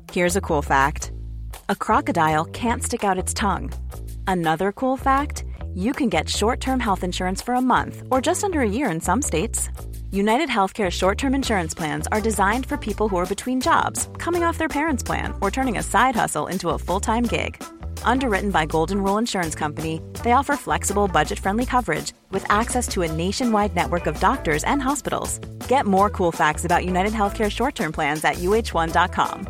Here's a cool fact. A crocodile can't stick out its tongue. Another cool fact, you can get short-term health insurance for a month or just under a year in some states. United Healthcare short-term insurance plans are designed for people who are between jobs, coming off their parents' plan, or turning a side hustle into a full-time gig. Underwritten by Golden Rule Insurance Company, they offer flexible, budget-friendly coverage with access to a nationwide network of doctors and hospitals. Get more cool facts about United Healthcare short-term plans at uh1.com.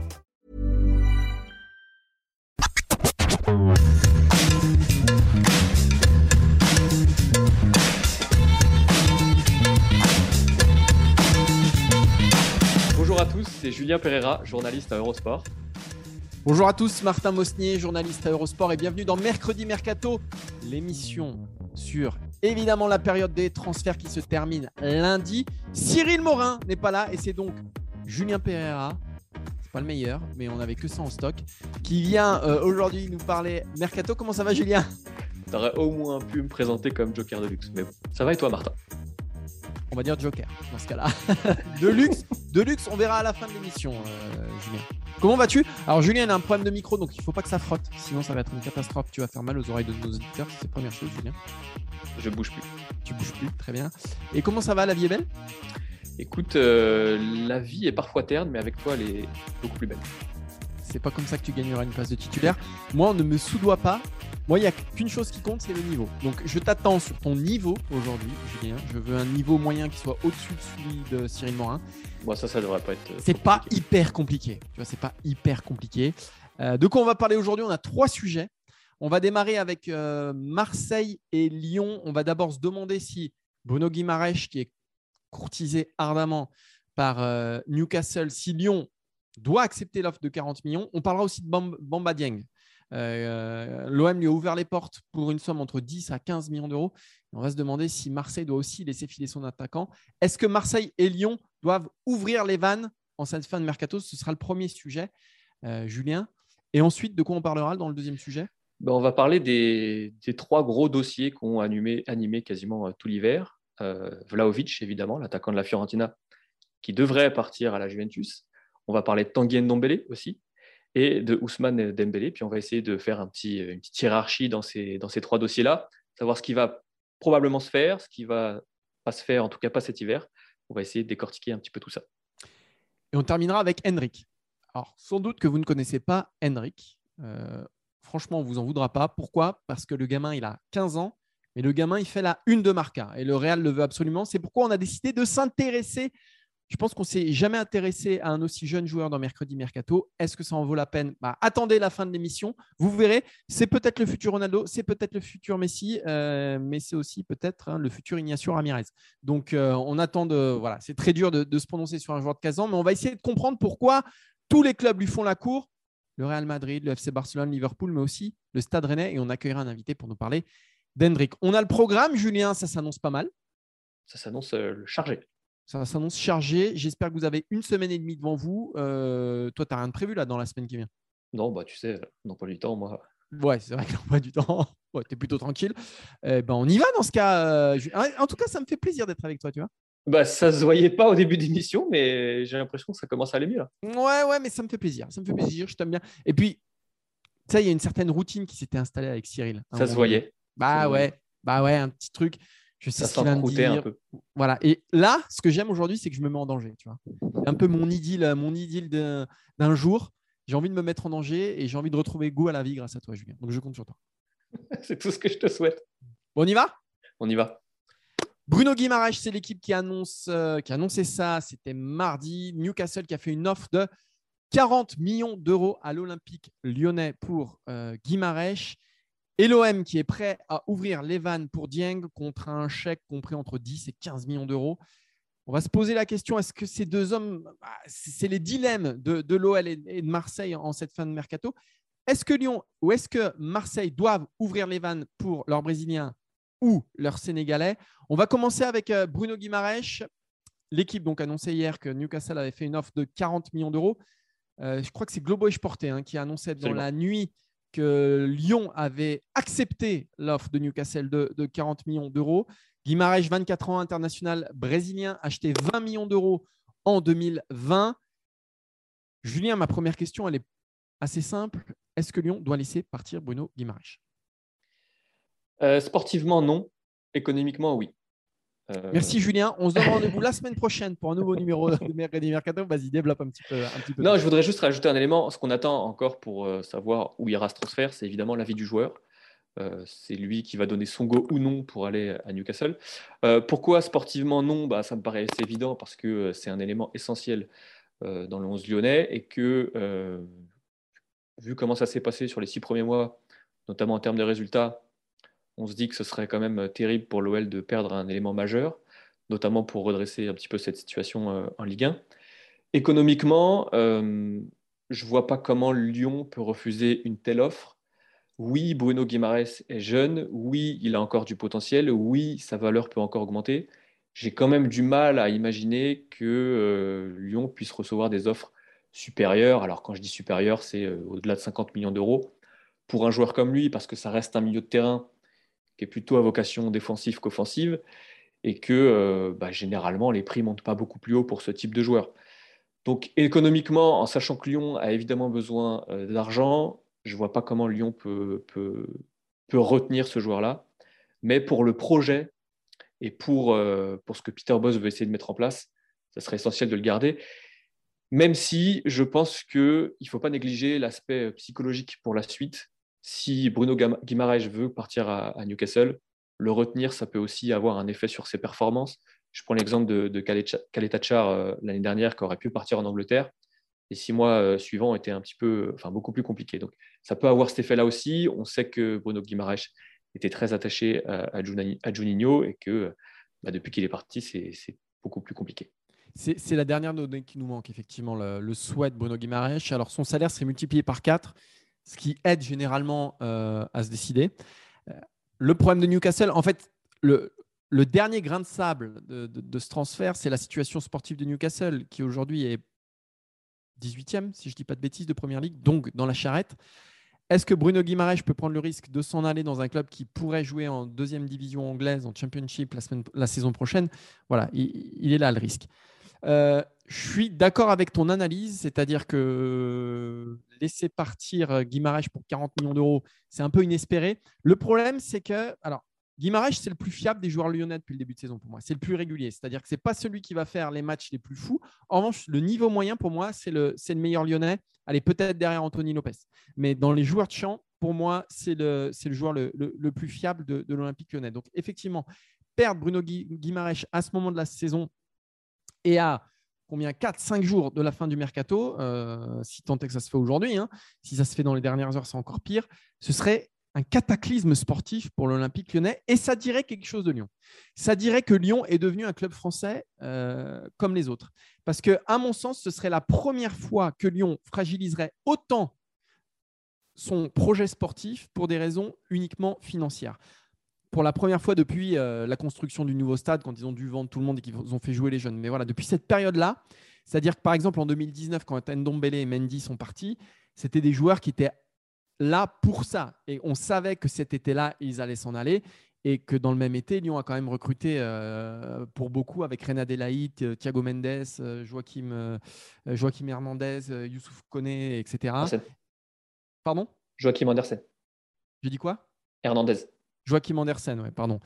Bonjour à tous, c'est Julien Pereira, journaliste à Eurosport. Bonjour à tous, Martin Mosnier, journaliste à Eurosport et bienvenue dans Mercredi Mercato, l'émission sur évidemment la période des transferts qui se termine lundi. Cyril Morin n'est pas là et c'est donc Julien Pereira, c'est pas le meilleur mais on n'avait que ça en stock, qui vient aujourd'hui nous parler Mercato. Comment ça va Julien ? T'aurais au moins pu me présenter comme Joker de luxe, mais bon, ça va et toi Martin ? On va dire Joker dans ce cas-là. De luxe, on verra à la fin de l'émission, Julien. Comment vas-tu ? Alors Julien, il a un problème de micro, donc il ne faut pas que ça frotte. Sinon, ça va être une catastrophe. Tu vas faire mal aux oreilles de nos auditeurs. C'est la première chose, Julien. Je bouge plus. Tu bouges plus, très bien. Et comment ça va ? La vie est belle ? Écoute, la vie est parfois terne, mais avec toi, elle est beaucoup plus belle. C'est pas comme ça que tu gagneras une place de titulaire. Moi, on ne me soudoie pas. Moi, il n'y a qu'une chose qui compte, c'est le niveau. Donc, je t'attends sur ton niveau aujourd'hui, Julien. Je veux un niveau moyen qui soit au-dessus de celui de Cyril Morin. Moi, ça devrait pas être. C'est pas hyper compliqué. Tu vois, c'est pas hyper compliqué. De quoi on va parler aujourd'hui ? On a 3 sujets. On va démarrer avec Marseille et Lyon. On va d'abord se demander si Bruno Guimaraes, qui est courtisé ardemment par Newcastle, si Lyon doit accepter l'offre de 40 millions. On parlera aussi de Bamba Dieng. L'OM lui a ouvert les portes pour une somme entre 10 à 15 millions d'euros. On va se demander si Marseille doit aussi laisser filer son attaquant. Est-ce que Marseille et Lyon doivent ouvrir les vannes en cette fin de mercato ? Ce sera le premier sujet, Julien. Et ensuite, de quoi on parlera dans le deuxième sujet ? On va parler des 3 gros dossiers qui ont animé quasiment tout l'hiver. Vlahovic, évidemment, l'attaquant de la Fiorentina, qui devrait partir à la Juventus. On va parler de Tanguy Ndombele aussi, et de Ousmane Dembélé. Puis on va essayer de faire une petite hiérarchie dans ces 3 dossiers-là, savoir ce qui va probablement se faire, ce qui va pas se faire, en tout cas pas cet hiver. On va essayer de décortiquer un petit peu tout ça. Et on terminera avec Henrik. Alors, sans doute que vous ne connaissez pas Henrik. Franchement, on ne vous en voudra pas. Pourquoi ? Parce que le gamin, il a 15 ans, mais le gamin, il fait la une de Marca. Et le Real le veut absolument. C'est pourquoi on a décidé de s'intéresser. Je pense qu'on ne s'est jamais intéressé à un aussi jeune joueur dans Mercredi Mercato. Est-ce que ça en vaut la peine ? Attendez la fin de l'émission. Vous verrez, c'est peut-être le futur Ronaldo, c'est peut-être le futur Messi, mais c'est aussi peut-être le futur Ignacio Ramirez. Donc, on attend de… Voilà, c'est très dur de se prononcer sur un joueur de 15 ans, mais on va essayer de comprendre pourquoi tous les clubs lui font la cour. Le Real Madrid, le FC Barcelone, Liverpool, mais aussi le Stade Rennais. Et on accueillera un invité pour nous parler d'Hendrik. On a le programme, Julien, ça s'annonce pas mal. Ça s'annonce chargé. Ça s'annonce chargé. J'espère que vous avez une semaine et demie devant vous. Toi, tu n'as rien de prévu là dans la semaine qui vient ? Non, tu sais, n'emploi du temps, moi. Ouais, c'est vrai que l'emploi du temps, ouais, tu es plutôt tranquille. On y va dans ce cas. En tout cas, ça me fait plaisir d'être avec toi, tu vois. Ça se voyait pas au début d'émission, mais j'ai l'impression que ça commence à aller mieux là. Ouais, mais ça me fait plaisir. Ça me fait plaisir, je t'aime bien. Et puis, tu sais, il y a une certaine routine qui s'était installée avec Cyril. Ça se voyait. Ouais, un petit truc. Je sais ce qu'il vient de dire. Un peu. Voilà. Et là, ce que j'aime aujourd'hui, c'est que je me mets en danger. Tu vois. C'est un peu mon idylle d'un jour. J'ai envie de me mettre en danger et j'ai envie de retrouver goût à la vie grâce à toi, Julien. Donc, je compte sur toi. C'est tout ce que je te souhaite. Bon, on y va ? On y va. Bruno Guimaraes, c'est l'équipe qui a annoncé ça. C'était mardi. Newcastle qui a fait une offre de 40 millions d'euros à l'Olympique lyonnais pour Guimaraes. Et l'OM qui est prêt à ouvrir les vannes pour Dieng contre un chèque compris entre 10 et 15 millions d'euros. On va se poser la question, est-ce que ces deux hommes, c'est les dilemmes de l'OL et de Marseille en cette fin de mercato. Est-ce que Lyon ou est-ce que Marseille doivent ouvrir les vannes pour leurs Brésiliens ou leurs Sénégalais ? On va commencer avec Bruno Guimaraes. L'équipe donc annonçait hier que Newcastle avait fait une offre de 40 millions d'euros. Je crois que c'est Globo Esporte qui annonçait dans la nuit que Lyon avait accepté l'offre de Newcastle de 40 millions d'euros. Guimaraes, 24 ans, international brésilien, acheté 20 millions d'euros en 2020. Julien, ma première question, elle est assez simple. Est-ce que Lyon doit laisser partir Bruno Guimaraes? Sportivement, non. Économiquement, oui. Merci Julien. On se donne rendez-vous la semaine prochaine pour un nouveau numéro de Mercredi Mercato. Vas-y, développe un petit peu. Non, je voudrais juste rajouter un élément. Ce qu'on attend encore pour savoir où ira ce transfert, c'est évidemment l'avis du joueur. C'est lui qui va donner son go ou non pour aller à Newcastle. Pourquoi sportivement non? Ça me paraît assez évident parce que c'est un élément essentiel dans le 11 lyonnais et que, vu comment ça s'est passé sur les 6 premiers mois, notamment en termes de résultats, on se dit que ce serait quand même terrible pour l'OL de perdre un élément majeur, notamment pour redresser un petit peu cette situation en Ligue 1. Économiquement, je ne vois pas comment Lyon peut refuser une telle offre. Oui, Bruno Guimaraes est jeune. Oui, il a encore du potentiel. Oui, sa valeur peut encore augmenter. J'ai quand même du mal à imaginer que Lyon puisse recevoir des offres supérieures. Alors, quand je dis supérieures, c'est au-delà de 50 millions d'euros pour un joueur comme lui, parce que ça reste un milieu de terrain qui est plutôt à vocation défensive qu'offensive, et que généralement, les prix ne montent pas beaucoup plus haut pour ce type de joueur. Donc économiquement, en sachant que Lyon a évidemment besoin d'argent, je ne vois pas comment Lyon peut retenir ce joueur-là. Mais pour le projet et pour ce que Peter Bosz veut essayer de mettre en place, ça serait essentiel de le garder. Même si je pense qu'il ne faut pas négliger l'aspect psychologique pour la suite. Si Bruno Guimaraes veut partir à Newcastle, le retenir, ça peut aussi avoir un effet sur ses performances. Je prends l'exemple de Khaled Tchar l'année dernière, qui aurait pu partir en Angleterre. Les 6 mois suivants étaient beaucoup plus compliqués. Donc, ça peut avoir cet effet-là aussi. On sait que Bruno Guimaraes était très attaché à Juninho et que depuis qu'il est parti, c'est beaucoup plus compliqué. C'est la dernière donnée qui nous manque, effectivement, le souhait de Bruno Guimaraes. Alors, son salaire serait multiplié par 4, ce qui aide généralement à se décider. Le problème de Newcastle, en fait, le dernier grain de sable de ce transfert, c'est la situation sportive de Newcastle, qui aujourd'hui est 18e, si je ne dis pas de bêtises, de Première Ligue, donc dans la charrette. Est-ce que Bruno Guimaraes peut prendre le risque de s'en aller dans un club qui pourrait jouer en 2e division anglaise, en Championship la saison prochaine? Voilà, il est là le risque. Je suis d'accord avec ton analyse, c'est-à-dire que laisser partir Guimaraes pour 40 millions d'euros, c'est un peu inespéré. Le problème, c'est que Guimaraes, c'est le plus fiable des joueurs lyonnais depuis le début de saison pour moi. C'est le plus régulier, c'est-à-dire que ce n'est pas celui qui va faire les matchs les plus fous. En revanche, le niveau moyen, pour moi, c'est le meilleur lyonnais. Allez, peut-être derrière Anthony Lopez. Mais dans les joueurs de champ, pour moi, c'est le joueur le plus fiable de l'Olympique lyonnais. Donc, effectivement, perdre Bruno Guimaraes à ce moment de la saison et à 4-5 jours de la fin du mercato, si tant est que ça se fait aujourd'hui, si ça se fait dans les dernières heures, c'est encore pire, ce serait un cataclysme sportif pour l'Olympique lyonnais et ça dirait quelque chose de Lyon. Ça dirait que Lyon est devenu un club français comme les autres. Parce que, à mon sens, ce serait la première fois que Lyon fragiliserait autant son projet sportif pour des raisons uniquement financières. Pour la première fois depuis la construction du nouveau stade, quand ils ont dû vendre tout le monde et qu'ils ont fait jouer les jeunes. Mais voilà, depuis cette période-là, c'est-à-dire que par exemple en 2019, quand Ndombele et Mendy sont partis, c'était des joueurs qui étaient là pour ça. Et on savait que cet été-là, ils allaient s'en aller. Et que dans le même été, Lyon a quand même recruté pour beaucoup avec Reina Delaït, Thiago Mendes, Joachim Hernandez, Youssouf Koné, etc. Andersen. Pardon ? Joachim Andersen. J'ai dit quoi ? Hernandez. Joachim Andersen, ouais, pardon.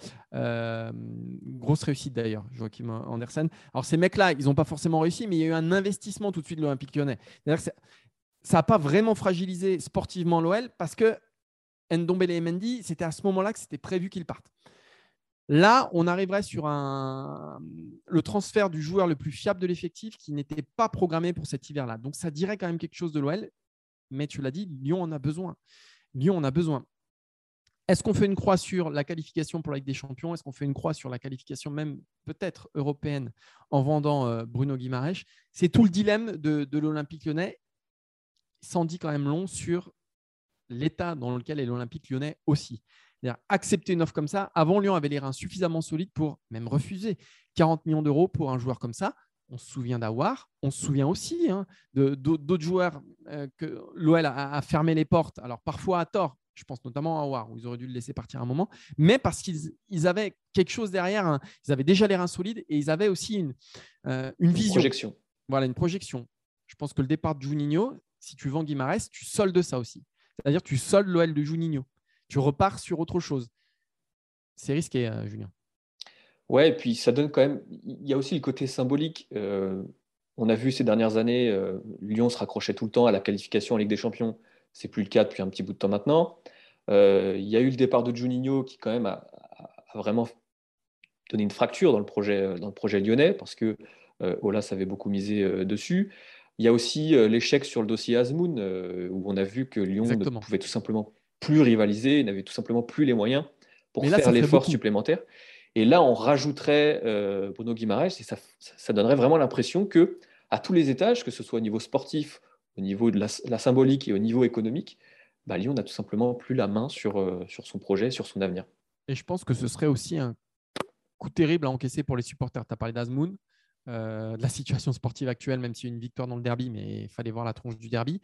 Grosse réussite d'ailleurs, Joachim Andersen. Alors ces mecs-là, ils n'ont pas forcément réussi, mais il y a eu un investissement tout de suite de l'Olympique lyonnais. C'est-à-dire que ça n'a pas vraiment fragilisé sportivement l'OL parce que Ndombele et Mendy, c'était à ce moment-là que c'était prévu qu'ils partent. Là, on arriverait sur le transfert du joueur le plus fiable de l'effectif qui n'était pas programmé pour cet hiver-là. Donc ça dirait quand même quelque chose de l'OL, mais tu l'as dit, Lyon en a besoin. Lyon en a besoin. Est-ce qu'on fait une croix sur la qualification pour la Ligue des Champions? Est-ce qu'on fait une croix sur la qualification même peut-être européenne en vendant Bruno Guimaraes? C'est tout le dilemme de l'Olympique lyonnais. Ça en dit quand même long sur l'état dans lequel est l'Olympique lyonnais aussi. C'est-à-dire accepter une offre comme ça. Avant, Lyon avait les reins suffisamment solides pour même refuser 40 millions d'euros pour un joueur comme ça. On se souvient d'Aouar. On se souvient aussi d'autres joueurs que l'OL a fermé les portes. Alors parfois à tort. Je pense notamment à Aouar, où ils auraient dû le laisser partir un moment, mais parce qu'ils avaient quelque chose derrière. Ils avaient déjà les reins solides et ils avaient aussi une vision. Projection. Voilà, une projection. Je pense que le départ de Juninho, si tu vends Guimarães, tu soldes ça aussi. C'est-à-dire que tu soldes l'OL de Juninho. Tu repars sur autre chose. C'est risqué, Julien. Ouais, et puis ça donne quand même. Il y a aussi le côté symbolique. On a vu ces dernières années, Lyon se raccrochait tout le temps à la qualification en Ligue des Champions. C'est plus le cas depuis un petit bout de temps maintenant. Il y a eu le départ de Juninho qui, quand même, a vraiment donné une fracture dans le projet lyonnais parce que Aulas avait beaucoup misé dessus. Il y a aussi l'échec sur le dossier Azmoun où on a vu que Lyon ne Exactement. pouvait tout simplement plus rivaliser, n'avait tout simplement plus les moyens pour Mais là, faire ça ferait l'effort beaucoup. supplémentaire. Et là, on rajouterait Bruno Guimaraes et ça donnerait vraiment l'impression que à tous les étages, que ce soit au niveau sportif, au niveau de la symbolique et au niveau économique, bah, Lyon n'a tout simplement plus la main sur son projet, sur son avenir. Et je pense que ce serait aussi un coup terrible à encaisser pour les supporters. Tu as parlé d'Azmoun, de la situation sportive actuelle, même s'il y a eu une victoire dans le derby, mais il fallait voir la tronche du derby.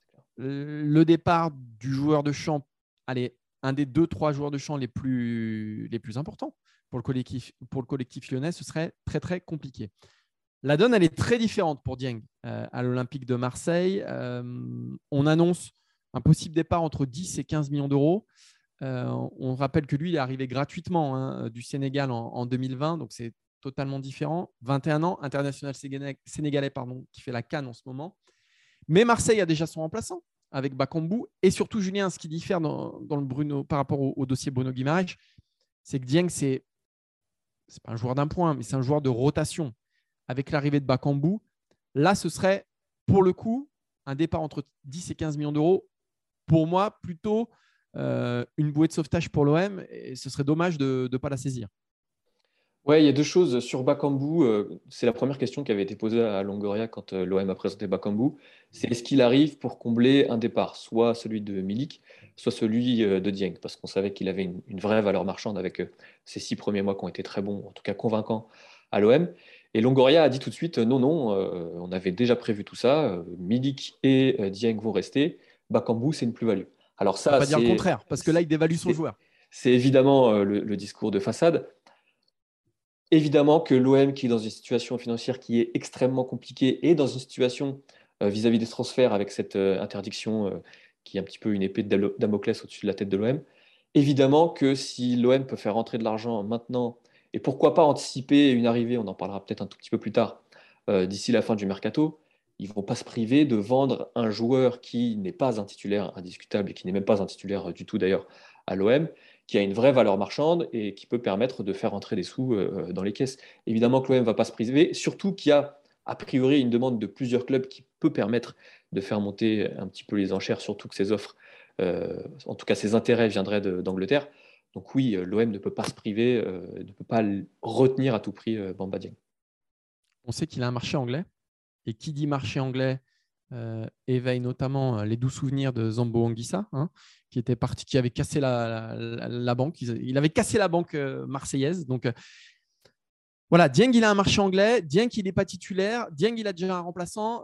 Le départ du joueur de champ, allez, un des 2-3 joueurs de champ les plus importants pour le collectif lyonnais, ce serait très, très compliqué. La donne, elle est très différente pour Dieng à l'Olympique de Marseille. On annonce un possible départ entre 10 et 15 millions d'euros. On rappelle que lui, il est arrivé gratuitement du Sénégal en 2020, donc c'est totalement différent. 21 ans, international sénégalais, qui fait la CAN en ce moment. Mais Marseille a déjà son remplaçant avec Bakambu. Et surtout, Julien, ce qui diffère dans le Bruno, par rapport au dossier Bruno Guimaraes, c'est que Dieng, c'est pas un joueur d'un point, mais c'est un joueur de rotation. Avec l'arrivée de Bakambu, là, ce serait pour le coup un départ entre 10 et 15 millions d'euros. Pour moi, plutôt une bouée de sauvetage pour l'OM. Et ce serait dommage de ne pas la saisir. Ouais, il y a deux choses sur Bakambu. C'est la première question qui avait été posée à Longoria quand l'OM a présenté Bakambu. C'est est-ce qu'il arrive pour combler un départ, soit celui de Milik, soit celui de Dieng, parce qu'on savait qu'il avait une vraie valeur marchande avec ses 6 premiers mois qui ont été très bons, en tout cas convaincants à l'OM. Et Longoria a dit tout de suite non, non, on avait déjà prévu tout ça. Milik et Dieng vont rester. Bakambu, c'est une plus-value. Alors On ne peut ça, pas dire le contraire, parce que là, il dévalue son c'est joueur. c'est évidemment le discours de façade. Évidemment que l'OM, qui est dans une situation financière qui est extrêmement compliquée, et dans une situation vis-à-vis des transferts avec cette interdiction qui est un petit peu une épée de Damoclès au-dessus de la tête de l'OM, évidemment que si l'OM peut faire rentrer de l'argent maintenant, et pourquoi pas anticiper une arrivée, on en parlera peut-être un tout petit peu plus tard, d'ici la fin du mercato, ils ne vont pas se priver de vendre un joueur qui n'est pas un titulaire indiscutable et qui n'est même pas un titulaire du tout d'ailleurs à l'OM, qui a une vraie valeur marchande et qui peut permettre de faire entrer des sous dans les caisses. Évidemment que l'OM ne va pas se priver, surtout qu'il y a priori une demande de plusieurs clubs qui peut permettre de faire monter un petit peu les enchères, surtout que ces offres, en tout cas ces intérêts viendraient d'Angleterre. Donc oui, l'OM ne peut pas se priver, ne peut pas retenir à tout prix Bamba Dieng. On sait qu'il a un marché anglais. Et qui dit marché anglais éveille notamment les doux souvenirs de Zambo Anguissa, qui était parti, qui avait cassé la banque. Il avait cassé la banque marseillaise. Donc voilà, Dieng, il a un marché anglais. Dieng, il n'est pas titulaire. Dieng, il a déjà un remplaçant.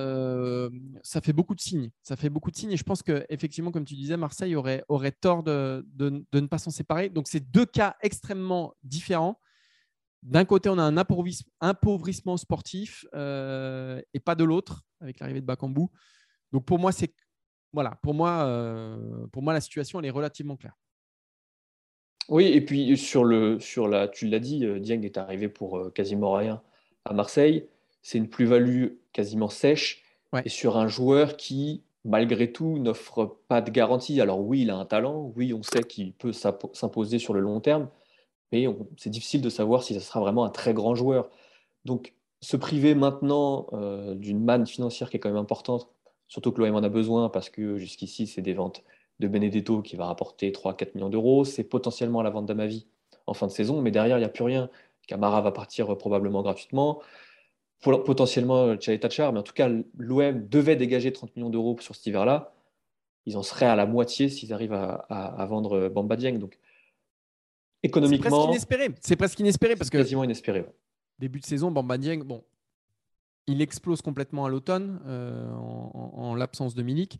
Ça fait beaucoup de signes. Ça fait beaucoup de signes. Et je pense qu'effectivement, comme tu disais, Marseille aurait tort de ne pas s'en séparer. Donc, c'est deux cas extrêmement différents. D'un côté, on a un appauvrissement sportif et pas de l'autre avec l'arrivée de Bakambu. Donc pour moi, pour moi, la situation elle est relativement claire. Oui, et puis tu l'as dit, Dieng est arrivé pour quasiment rien à Marseille. C'est une plus-value quasiment sèche Ouais. et sur un joueur qui, malgré tout, n'offre pas de garantie. Alors oui, il a un talent, oui, on sait qu'il peut s'imposer sur le long terme, mais c'est difficile de savoir si ça sera vraiment un très grand joueur. Donc se priver maintenant d'une manne financière qui est quand même importante, surtout que l'OM en a besoin parce que jusqu'ici, c'est des ventes de Benedetto qui va rapporter 3-4 millions d'euros. C'est potentiellement la vente d'Amavi en fin de saison, mais derrière, il n'y a plus rien. Camara va partir probablement gratuitement. Potentiellement Tchai Tachar, mais en tout cas, l'OM devait dégager 30 millions d'euros sur cet hiver-là. Ils en seraient à la moitié s'ils arrivent à vendre Bamba Dieng. Donc, C'est presque économiquement, inespéré. C'est presque inespéré parce c'est que quasiment inespéré. Ouais. début de saison, Bamba Dieng, il explose complètement à l'automne en l'absence de Milik.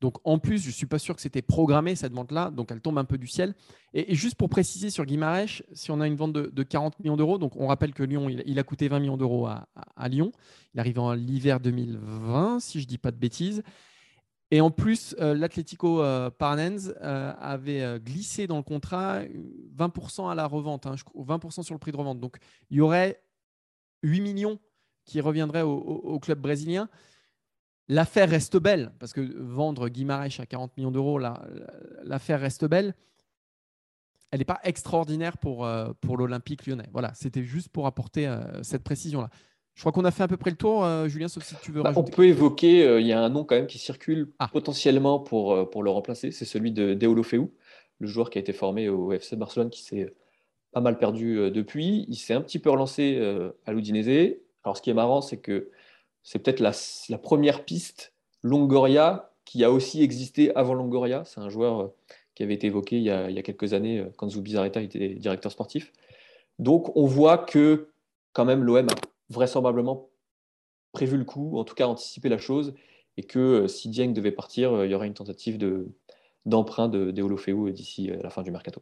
Donc, en plus, je ne suis pas sûr que c'était programmé, cette vente-là. Donc, elle tombe un peu du ciel. Et juste pour préciser sur Guimarães, si on a une vente de 40 millions d'euros, donc on rappelle que Lyon, il a coûté 20 millions d'euros à Lyon. Il arrive en l'hiver 2020, si je ne dis pas de bêtises. Et en plus, l'Atlético Paranaense avait glissé dans le contrat 20% à la revente, 20% sur le prix de revente. Donc, il y aurait 8 millions qui reviendraient au club brésilien. L'affaire reste belle, parce que vendre Guimarães à 40 millions d'euros, l'affaire reste belle. Elle n'est pas extraordinaire pour l'Olympique lyonnais. Voilà, c'était juste pour apporter cette précision-là. Je crois qu'on a fait à peu près le tour, Julien, sauf si tu veux rajouter. On peut évoquer, il y a un nom quand même qui circule Ah. potentiellement pour le remplacer, c'est celui de Deulofeu, le joueur qui a été formé au FC Barcelone, qui s'est pas mal perdu depuis. Il s'est un petit peu relancé à l'Udinese. Alors, ce qui est marrant, c'est que c'est peut-être la première piste Longoria qui a aussi existé avant Longoria. C'est un joueur qui avait été évoqué il y a quelques années quand Zubizarreta était directeur sportif. Donc, on voit que quand même l'OM a vraisemblablement prévu le coup, en tout cas anticipé la chose, et que si Dieng devait partir, il y aurait une tentative d'emprunt de Deulofeu d'ici la fin du mercato.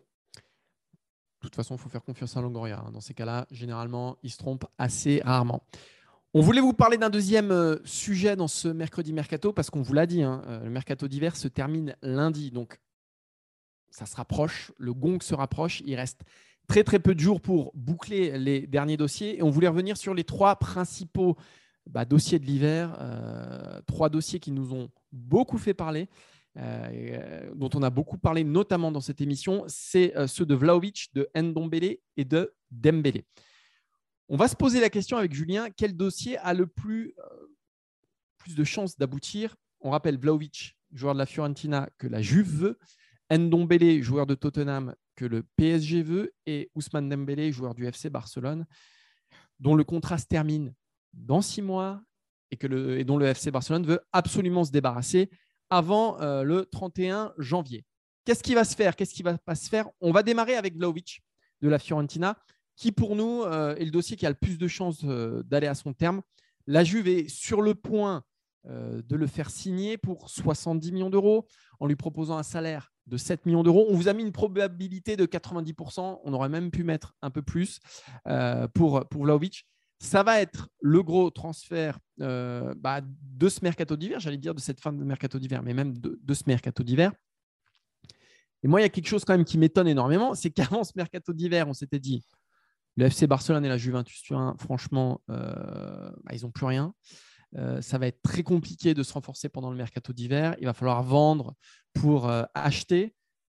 De toute façon, il faut faire confiance à Longoria. Dans ces cas-là, généralement, il se trompe assez rarement. On voulait vous parler d'un deuxième sujet dans ce mercredi mercato, parce qu'on vous l'a dit, le mercato d'hiver se termine lundi. Donc, ça se rapproche, le gong se rapproche. Il reste très, très peu de jours pour boucler les derniers dossiers. Et on voulait revenir sur les 3 principaux dossiers de l'hiver. 3 dossiers qui nous ont beaucoup fait parler. Dont on a beaucoup parlé notamment dans cette émission, c'est ceux de Vlahovic, de Ndombele et de Dembélé. On va se poser la question avec Julien, quel dossier a le plus de chances d'aboutir? On rappelle Vlahovic, joueur de la Fiorentina que la Juve veut, Ndombele, joueur de Tottenham que le PSG veut, et Ousmane Dembélé, joueur du FC Barcelone, dont le contrat se termine dans 6 mois et dont le FC Barcelone veut absolument se débarrasser avant le 31 janvier. Qu'est-ce qui va se faire? Qu'est-ce qui ne va pas se faire? On va démarrer avec Vlahovic de la Fiorentina, qui pour nous est le dossier qui a le plus de chances d'aller à son terme. La Juve est sur le point de le faire signer pour 70 millions d'euros en lui proposant un salaire de 7 millions d'euros. On vous a mis une probabilité de 90%. On aurait même pu mettre un peu plus pour Vlahovic. Ça va être le gros transfert de ce mercato d'hiver, j'allais dire de cette fin de mercato d'hiver, mais même de ce mercato d'hiver. Et moi, il y a quelque chose quand même qui m'étonne énormément, c'est qu'avant ce mercato d'hiver, on s'était dit le FC Barcelone et la Juventus Turin, franchement, ils n'ont plus rien. Ça va être très compliqué de se renforcer pendant le mercato d'hiver. Il va falloir vendre pour acheter.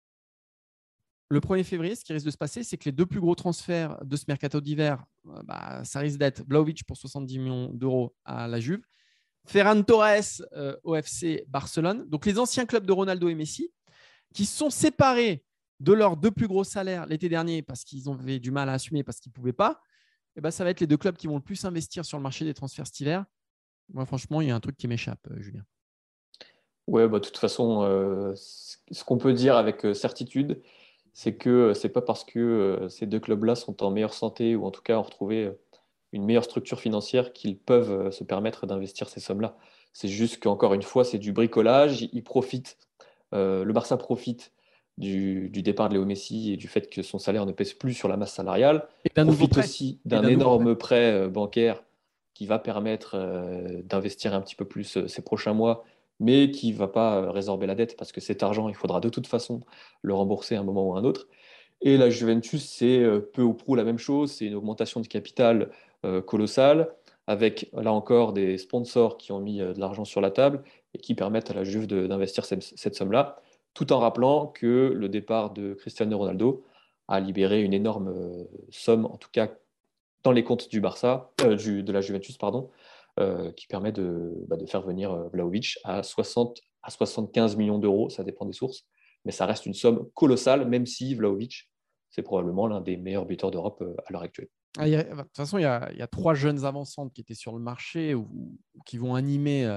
Le 1er février, ce qui risque de se passer, c'est que les 2 plus gros transferts de ce mercato d'hiver, ça risque d'être Vlahovic pour 70 millions d'euros à la Juve, Ferran Torres au FC Barcelone. Donc, les anciens clubs de Ronaldo et Messi qui se sont séparés de leurs 2 plus gros salaires l'été dernier parce qu'ils avaient du mal à assumer, parce qu'ils ne pouvaient pas, et ça va être les 2 clubs qui vont le plus investir sur le marché des transferts cet hiver. Moi, franchement, il y a un truc qui m'échappe, Julien. Ouais, de toute façon, ce qu'on peut dire avec certitude, c'est que ce n'est pas parce que ces 2 clubs-là sont en meilleure santé ou en tout cas ont retrouvé une meilleure structure financière qu'ils peuvent se permettre d'investir ces sommes-là. C'est juste qu'encore une fois, c'est du bricolage. Ils profitent, le Barça profite du départ de Léo Messi et du fait que son salaire ne pèse plus sur la masse salariale. Et d'un nouveau Profite prêt. aussi d'un énorme prêt bancaire qui va permettre d'investir un petit peu plus ces prochains mois, mais qui ne va pas résorber la dette parce que cet argent, il faudra de toute façon le rembourser à un moment ou à un autre. Et la Juventus, c'est peu ou prou la même chose. C'est une augmentation de capital colossale, avec là encore des sponsors qui ont mis de l'argent sur la table et qui permettent à la Juve d'investir cette somme-là, tout en rappelant que le départ de Cristiano Ronaldo a libéré une énorme somme, en tout cas dans les comptes du Barça, de la Juventus, pardon, qui permet de faire venir Vlahovic à 60 à 75 millions d'euros, ça dépend des sources, mais ça reste une somme colossale, même si Vlahovic, c'est probablement l'un des meilleurs buteurs d'Europe à l'heure actuelle. De toute façon, il y a 3 jeunes avancantes qui étaient sur le marché ou qui vont animer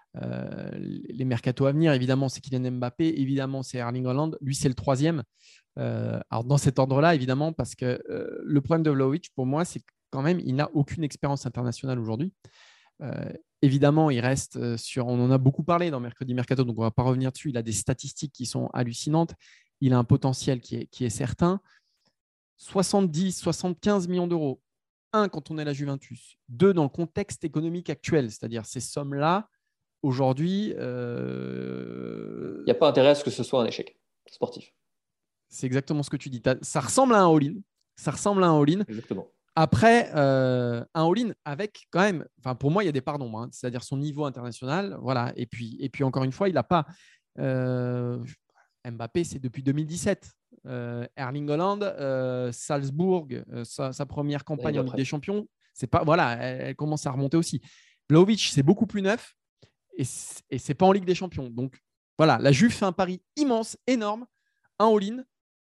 les mercatos à venir. Évidemment, c'est Kylian Mbappé. Évidemment, c'est Erling Haaland. Lui, c'est le 3e. Alors, dans cet ordre-là, évidemment, parce que le problème de Vlahovic, pour moi, c'est quand même il n'a aucune expérience internationale aujourd'hui. évidemment, il reste sur. On en a beaucoup parlé dans Mercredi Mercato, donc on ne va pas revenir dessus. Il a des statistiques qui sont hallucinantes. Il a un potentiel qui est certain. 70, 75 millions d'euros. Un, quand on est la Juventus. Deux, dans le contexte économique actuel, c'est-à-dire ces sommes-là, aujourd'hui. Il n'y a pas intérêt à ce que ce soit un échec sportif. C'est exactement ce que tu dis. Ça ressemble à un all-in. Ça ressemble à un all-in. Exactement. Après, un all-in avec quand même, enfin pour moi, il y a des parts d'ombre, hein, c'est-à-dire son niveau international. Voilà. Et puis encore une fois, il n'a pas. Mbappé, c'est depuis 2017. Erling Haaland, Salzbourg, sa première campagne en Ligue des Champions, c'est pas, voilà, elle commence à remonter aussi. Vlahovic, c'est beaucoup plus neuf et c'est pas en Ligue des Champions. Donc voilà, la Juve fait un pari immense, énorme, un all-in.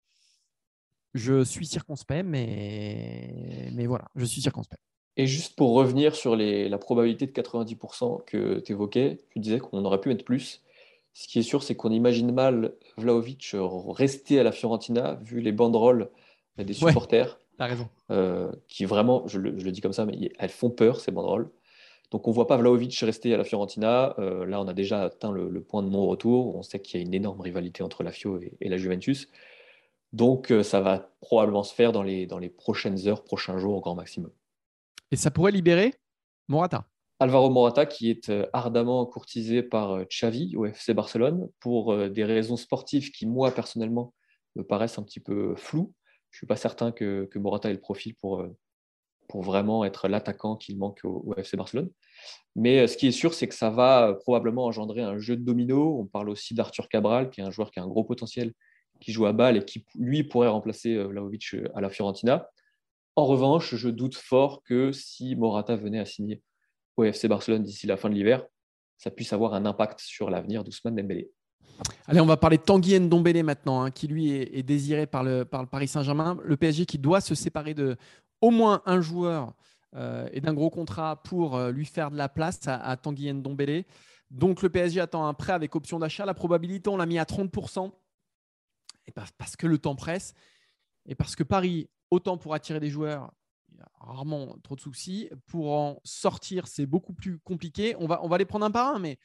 Je suis circonspect, mais voilà, je suis circonspect. Et juste pour revenir sur la probabilité de 90% que tu évoquais, tu disais qu'on aurait pu mettre plus. Ce qui est sûr, c'est qu'on imagine mal Vlahovic rester à la Fiorentina, vu les banderoles des supporters. T'as raison. Qui vraiment, je le dis comme ça, mais elles font peur, ces banderoles. Donc on ne voit pas Vlahovic rester à la Fiorentina. Là, on a déjà atteint le point de non-retour. On sait qu'il y a une énorme rivalité entre la Fio et la Juventus. Donc ça va probablement se faire dans les prochaines heures, prochains jours au grand maximum. Et ça pourrait libérer Morata. Alvaro Morata, qui est ardemment courtisé par Xavi au FC Barcelone pour des raisons sportives qui, moi, personnellement, me paraissent un petit peu floues. Je ne suis pas certain que Morata ait le profil pour vraiment être l'attaquant qu'il manque au FC Barcelone. Mais ce qui est sûr, c'est que ça va probablement engendrer un jeu de domino. On parle aussi d'Arthur Cabral, qui est un joueur qui a un gros potentiel, qui joue à Bâle et qui, lui, pourrait remplacer Vlahovic à la Fiorentina. En revanche, je doute fort que si Morata venait à signer au FC Barcelone d'ici la fin de l'hiver, ça puisse avoir un impact sur l'avenir d'Ousmane Dembélé. Allez, on va parler de Tanguy Ndombélé maintenant, hein, qui lui est désiré par le Paris Saint-Germain. Le PSG qui doit se séparer de au moins un joueur et d'un gros contrat pour lui faire de la place à Tanguy Ndombélé. Donc le PSG attend un prêt avec option d'achat. La probabilité, on l'a mis à 30%. Et parce que le temps presse et parce que Paris, autant pour attirer des joueurs, il y a rarement trop de soucis. Pour en sortir, c'est beaucoup plus compliqué. On va les prendre un par un, mais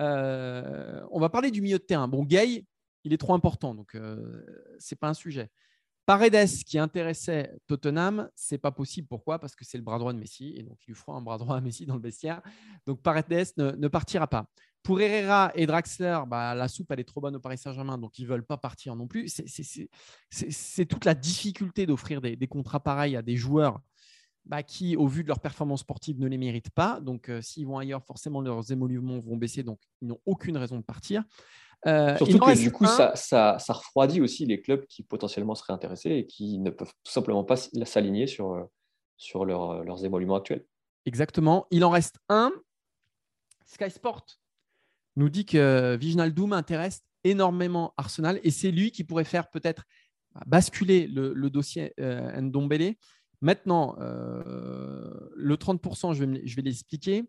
on va parler du milieu de terrain. Bon, Gay, il est trop important, donc ce n'est pas un sujet. Paredes, qui intéressait Tottenham, ce n'est pas possible. Pourquoi ? Parce que c'est le bras droit de Messi, et donc il lui fera un bras droit à Messi dans le vestiaire. Donc Paredes ne partira pas. Pour Herrera et Draxler, la soupe, elle est trop bonne au Paris Saint-Germain, donc ils ne veulent pas partir non plus. C'est toute la difficulté d'offrir des contrats pareils à des joueurs qui, au vu de leur performance sportive, ne les méritent pas. Donc, s'ils vont ailleurs, forcément, leurs émoluments vont baisser, donc ils n'ont aucune raison de partir. Surtout que du coup, ça refroidit aussi les clubs qui potentiellement seraient intéressés et qui ne peuvent tout simplement pas s'aligner sur leurs émoluments actuels. Exactement. Il en reste un. Sky Sport nous dit que Wijnaldum intéresse énormément Arsenal et c'est lui qui pourrait faire peut-être basculer le dossier Ndombélé. Maintenant, le 30%, je vais l'expliquer.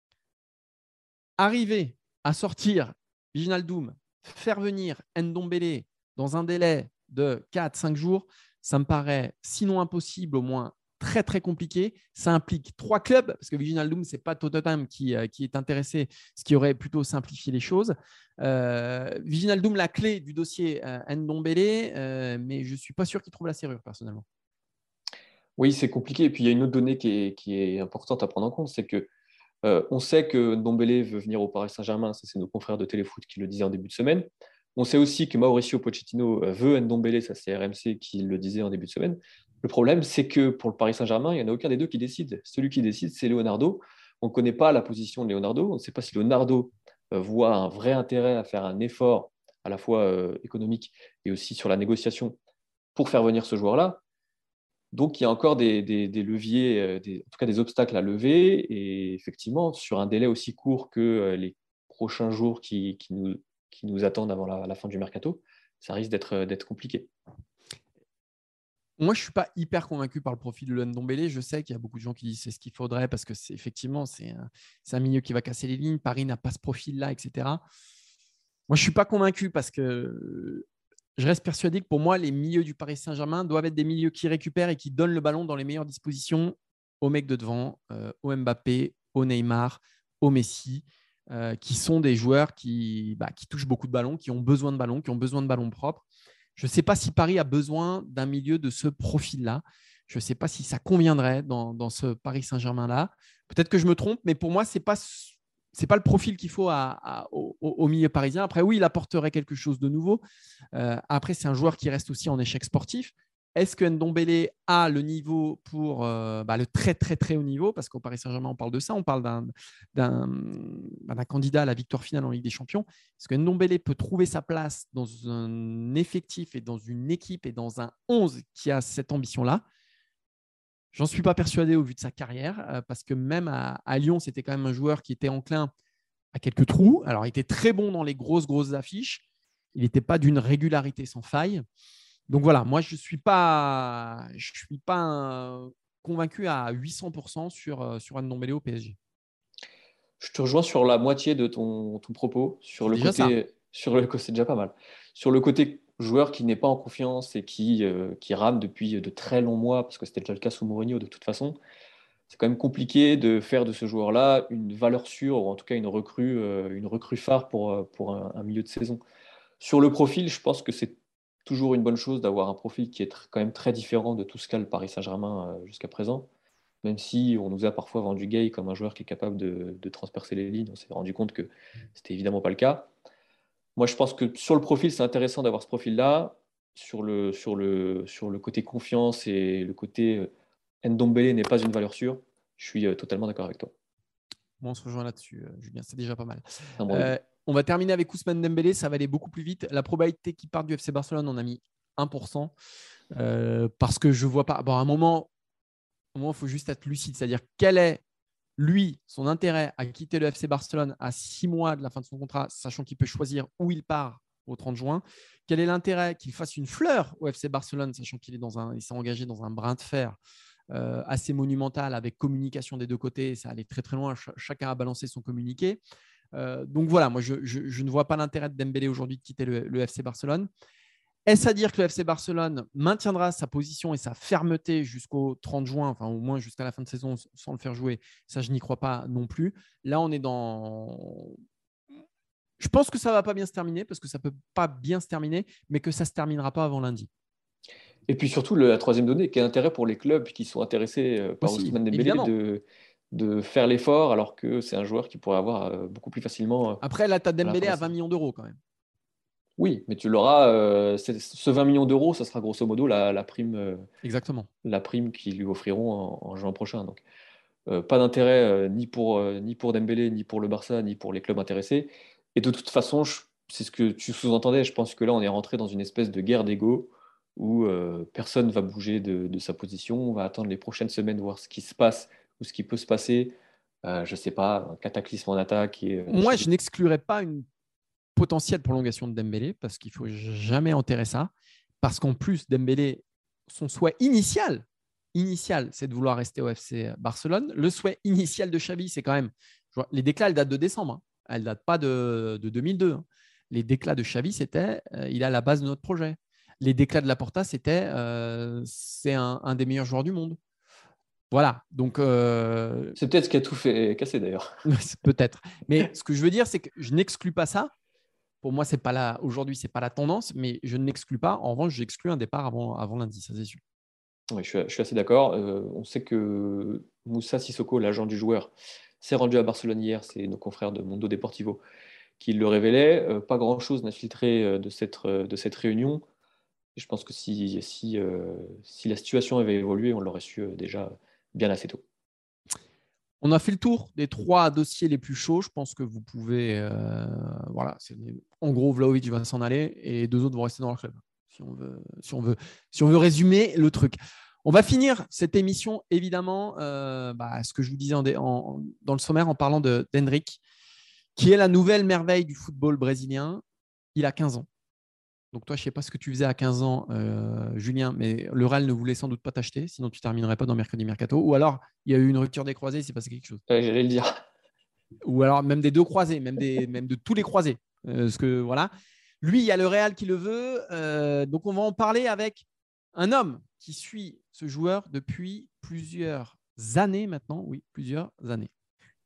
Arriver à sortir Wijnaldum, faire venir Ndombélé dans un délai de 4-5 jours, ça me paraît sinon impossible, au moins très très compliqué. Ça implique 3 clubs, parce que Wijnaldum, ce n'est pas Tottenham qui est intéressé, ce qui aurait plutôt simplifié les choses. Wijnaldum, la clé du dossier Ndombélé, mais je ne suis pas sûr qu'il trouve la serrure personnellement. Oui, c'est compliqué. Et puis, il y a une autre donnée qui est importante à prendre en compte, c'est que on sait que Ndombélé veut venir au Paris Saint-Germain, ça c'est nos confrères de Téléfoot qui le disaient en début de semaine. On sait aussi que Mauricio Pochettino veut Ndombélé, ça c'est RMC qui le disait en début de semaine. Le problème, c'est que pour le Paris Saint-Germain, il n'y en a aucun des deux qui décide. Celui qui décide, c'est Leonardo. On ne connaît pas la position de Leonardo. On ne sait pas si Leonardo voit un vrai intérêt à faire un effort à la fois économique et aussi sur la négociation pour faire venir ce joueur-là. Donc, il y a encore des leviers, en tout cas des obstacles à lever. Et effectivement, sur un délai aussi court que les prochains jours qui nous attendent avant la fin du mercato, ça risque d'être compliqué. Moi, je ne suis pas hyper convaincu par le profil de Ndombélé. Je sais qu'il y a beaucoup de gens qui disent que c'est ce qu'il faudrait parce que c'est un milieu qui va casser les lignes. Paris n'a pas ce profil-là, etc. Moi, je ne suis pas convaincu parce que je reste persuadé que pour moi, les milieux du Paris Saint-Germain doivent être des milieux qui récupèrent et qui donnent le ballon dans les meilleures dispositions aux mecs de devant, au Mbappé, au Neymar, au Messi, qui sont des joueurs qui touchent beaucoup de ballons, qui ont besoin de ballons, qui ont besoin de ballons propres. Je ne sais pas si Paris a besoin d'un milieu de ce profil-là. Je ne sais pas si ça conviendrait dans ce Paris Saint-Germain-là. Peut-être que je me trompe, mais pour moi, ce n'est pas le profil qu'il faut au milieu parisien. Après, oui, il apporterait quelque chose de nouveau. Après, c'est un joueur qui reste aussi en échec sportif. Est-ce que Ndombélé a le niveau pour le très, très, très haut niveau? Parce qu'au Paris Saint-Germain, on parle de ça. On parle d'un candidat à la victoire finale en Ligue des Champions. Est-ce que Ndombélé peut trouver sa place dans un effectif et dans une équipe et dans un 11 qui a cette ambition-là? J'en suis pas persuadé au vu de sa carrière, parce que même à Lyon, c'était quand même un joueur qui était enclin à quelques trous. Alors, il était très bon dans les grosses affiches. Il n'était pas d'une régularité sans faille. Donc voilà, moi, je ne suis pas convaincu à 800% sur Ndombélé au PSG. Je te rejoins sur la moitié de ton propos. Sur le côté, c'est déjà pas mal. Sur le côté joueur qui n'est pas en confiance et qui rame depuis de très longs mois, parce que c'était déjà le cas sous Mourinho de toute façon, c'est quand même compliqué de faire de ce joueur-là une valeur sûre, ou en tout cas une recrue phare pour un milieu de saison. Sur le profil, je pense que c'est toujours une bonne chose d'avoir un profil qui est quand même très différent de tout ce qu'a le Paris Saint-Germain jusqu'à présent. Même si on nous a parfois vendu Gay comme un joueur qui est capable de transpercer les lignes, on s'est rendu compte que c'était évidemment pas le cas. Moi, je pense que sur le profil, c'est intéressant d'avoir ce profil-là. Sur le côté confiance et le côté Ndombélé n'est pas une valeur sûre, je suis totalement d'accord avec toi. Bon, on se rejoint là-dessus, Julien, c'est déjà pas mal. Bon On va terminer avec Ousmane Dembélé, ça va aller beaucoup plus vite. La probabilité qu'il parte du FC Barcelone, on a mis 1%, parce que je ne vois pas. Bon, à un moment, il faut juste être lucide, c'est-à-dire quel est, lui, son intérêt à quitter le FC Barcelone à 6 mois de la fin de son contrat, sachant qu'il peut choisir où il part au 30 juin. Quel est l'intérêt qu'il fasse une fleur au FC Barcelone, sachant qu'il s'est engagé dans un brin de fer assez monumental avec communication des deux côtés. Ça allait très, très loin. Chacun a balancé son communiqué. Donc voilà, moi, je ne vois pas l'intérêt de Dembélé aujourd'hui de quitter le FC Barcelone. Est-ce à dire que le FC Barcelone maintiendra sa position et sa fermeté jusqu'au 30 juin, enfin au moins jusqu'à la fin de saison sans le faire jouer? Ça, je n'y crois pas non plus. Là, on est dans… Je pense que ça ne va pas bien se terminer, parce que ça ne peut pas bien se terminer, mais que ça ne se terminera pas avant lundi. Et puis surtout, la troisième donnée, quel intérêt pour les clubs qui sont intéressés par Ousmane Dembélé de faire l'effort, alors que c'est un joueur qui pourrait avoir beaucoup plus facilement… Après, là, tu as Dembélé à 20 millions d'euros quand même. Oui, mais tu l'auras. Ce 20 millions d'euros, ça sera grosso modo la prime. Exactement. La prime qu'ils lui offriront en juin prochain. Donc, pas d'intérêt ni pour Dembélé, ni pour le Barça, ni pour les clubs intéressés. Et de toute façon, c'est ce que tu sous-entendais. Je pense que là, on est rentré dans une espèce de guerre d'ego où personne ne va bouger de sa position. On va attendre les prochaines semaines, voir ce qui se passe ou ce qui peut se passer. Je ne sais pas, un cataclysme en attaque. Moi, je n'exclurais pas une potentielle prolongation de Dembélé, parce qu'il ne faut jamais enterrer ça. Parce qu'en plus, Dembélé, son souhait initial, c'est de vouloir rester au FC Barcelone. Le souhait initial de Xavi, c'est quand même… Les déclats, elles datent de décembre. Elles ne datent pas de 2002. Les déclats de Xavi, c'était il est à la base de notre projet. Les déclats de Laporta, c'était c'est un des meilleurs joueurs du monde. Voilà. Donc, c'est peut-être ce qui a tout fait casser d'ailleurs. Peut-être. Mais ce que je veux dire, c'est que je n'exclus pas ça. Pour moi, aujourd'hui, ce n'est pas la tendance, mais je ne l'exclus pas. En revanche, j'exclus un départ avant lundi, ça c'est sûr. Oui, je suis assez d'accord. On sait que Moussa Sissoko, l'agent du joueur, s'est rendu à Barcelone hier. C'est nos confrères de Mundo Deportivo qui le révélaient. Pas grand-chose n'a filtré de cette réunion. Et je pense que si la situation avait évolué, on l'aurait su déjà bien assez tôt. On a fait le tour des 3 dossiers les plus chauds. Je pense que vous pouvez… voilà, en gros, Vlahovic va s'en aller et 2 autres vont rester dans leur club, si on veut résumer le truc. On va finir cette émission, évidemment, ce que je vous disais dans le sommaire, en parlant d'Hendrick, qui est la nouvelle merveille du football brésilien. Il a 15 ans. Donc toi, je ne sais pas ce que tu faisais à 15 ans, Julien, mais le Real ne voulait sans doute pas t'acheter, sinon tu ne terminerais pas dans Mercredi Mercato. Ou alors, il y a eu une rupture des croisés, il s'est passé quelque chose. J'allais le dire. Ou alors même des 2 croisés, même de tous les croisés. Parce que voilà, lui, il y a le Real qui le veut. Donc on va en parler avec un homme qui suit ce joueur depuis plusieurs années maintenant. Oui, plusieurs années.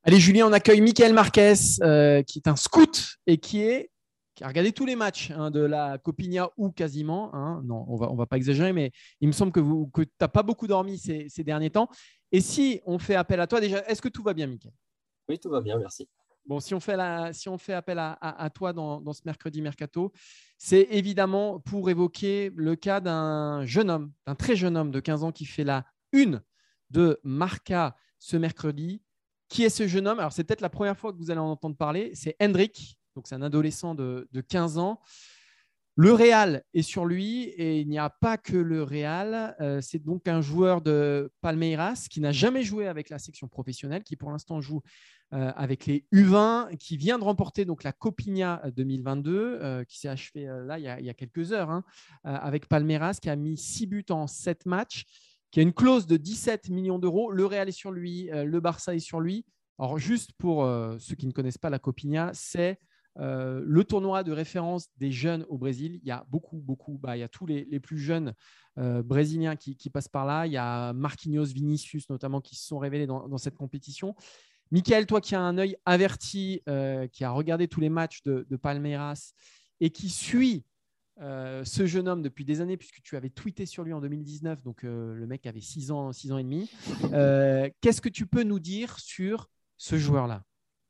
Allez, Julien, on accueille Mickaël Marquez, qui est un scout et qui a regardé tous les matchs de la Coppilia ou quasiment. Non, on va pas exagérer, mais il me semble que tu n'as pas beaucoup dormi ces derniers temps. Et si on fait appel à toi, déjà, est-ce que tout va bien, Mickaël? Oui, tout va bien, merci. Bon, si on fait appel à toi dans ce mercredi mercato, c'est évidemment pour évoquer le cas d'un très jeune homme de 15 ans qui fait la une de Marca ce mercredi. Qui est ce jeune homme? Alors, c'est peut-être la première fois que vous allez en entendre parler. C'est Hendrik. Donc, c'est un adolescent de 15 ans. Le Real est sur lui et il n'y a pas que le Real. C'est donc un joueur de Palmeiras qui n'a jamais joué avec la section professionnelle, qui pour l'instant joue avec les U20, qui vient de remporter donc la Coppilia 2022, qui s'est achevée là il y a quelques heures, avec Palmeiras, qui a mis 6 buts en 7 matchs, qui a une clause de 17 millions d'euros. Le Real est sur lui, le Barça est sur lui. Alors juste pour ceux qui ne connaissent pas la Coppilia, c'est le tournoi de référence des jeunes au Brésil. Il y a il y a tous les plus jeunes brésiliens qui passent par là. Il y a Marquinhos, Vinicius notamment qui se sont révélés dans cette compétition. Mickaël, toi qui as un œil averti, qui a regardé tous les matchs de Palmeiras et qui suit ce jeune homme depuis des années, puisque tu avais tweeté sur lui en 2019, donc le mec avait 6 ans et demi. Qu'est-ce que tu peux nous dire sur ce joueur-là?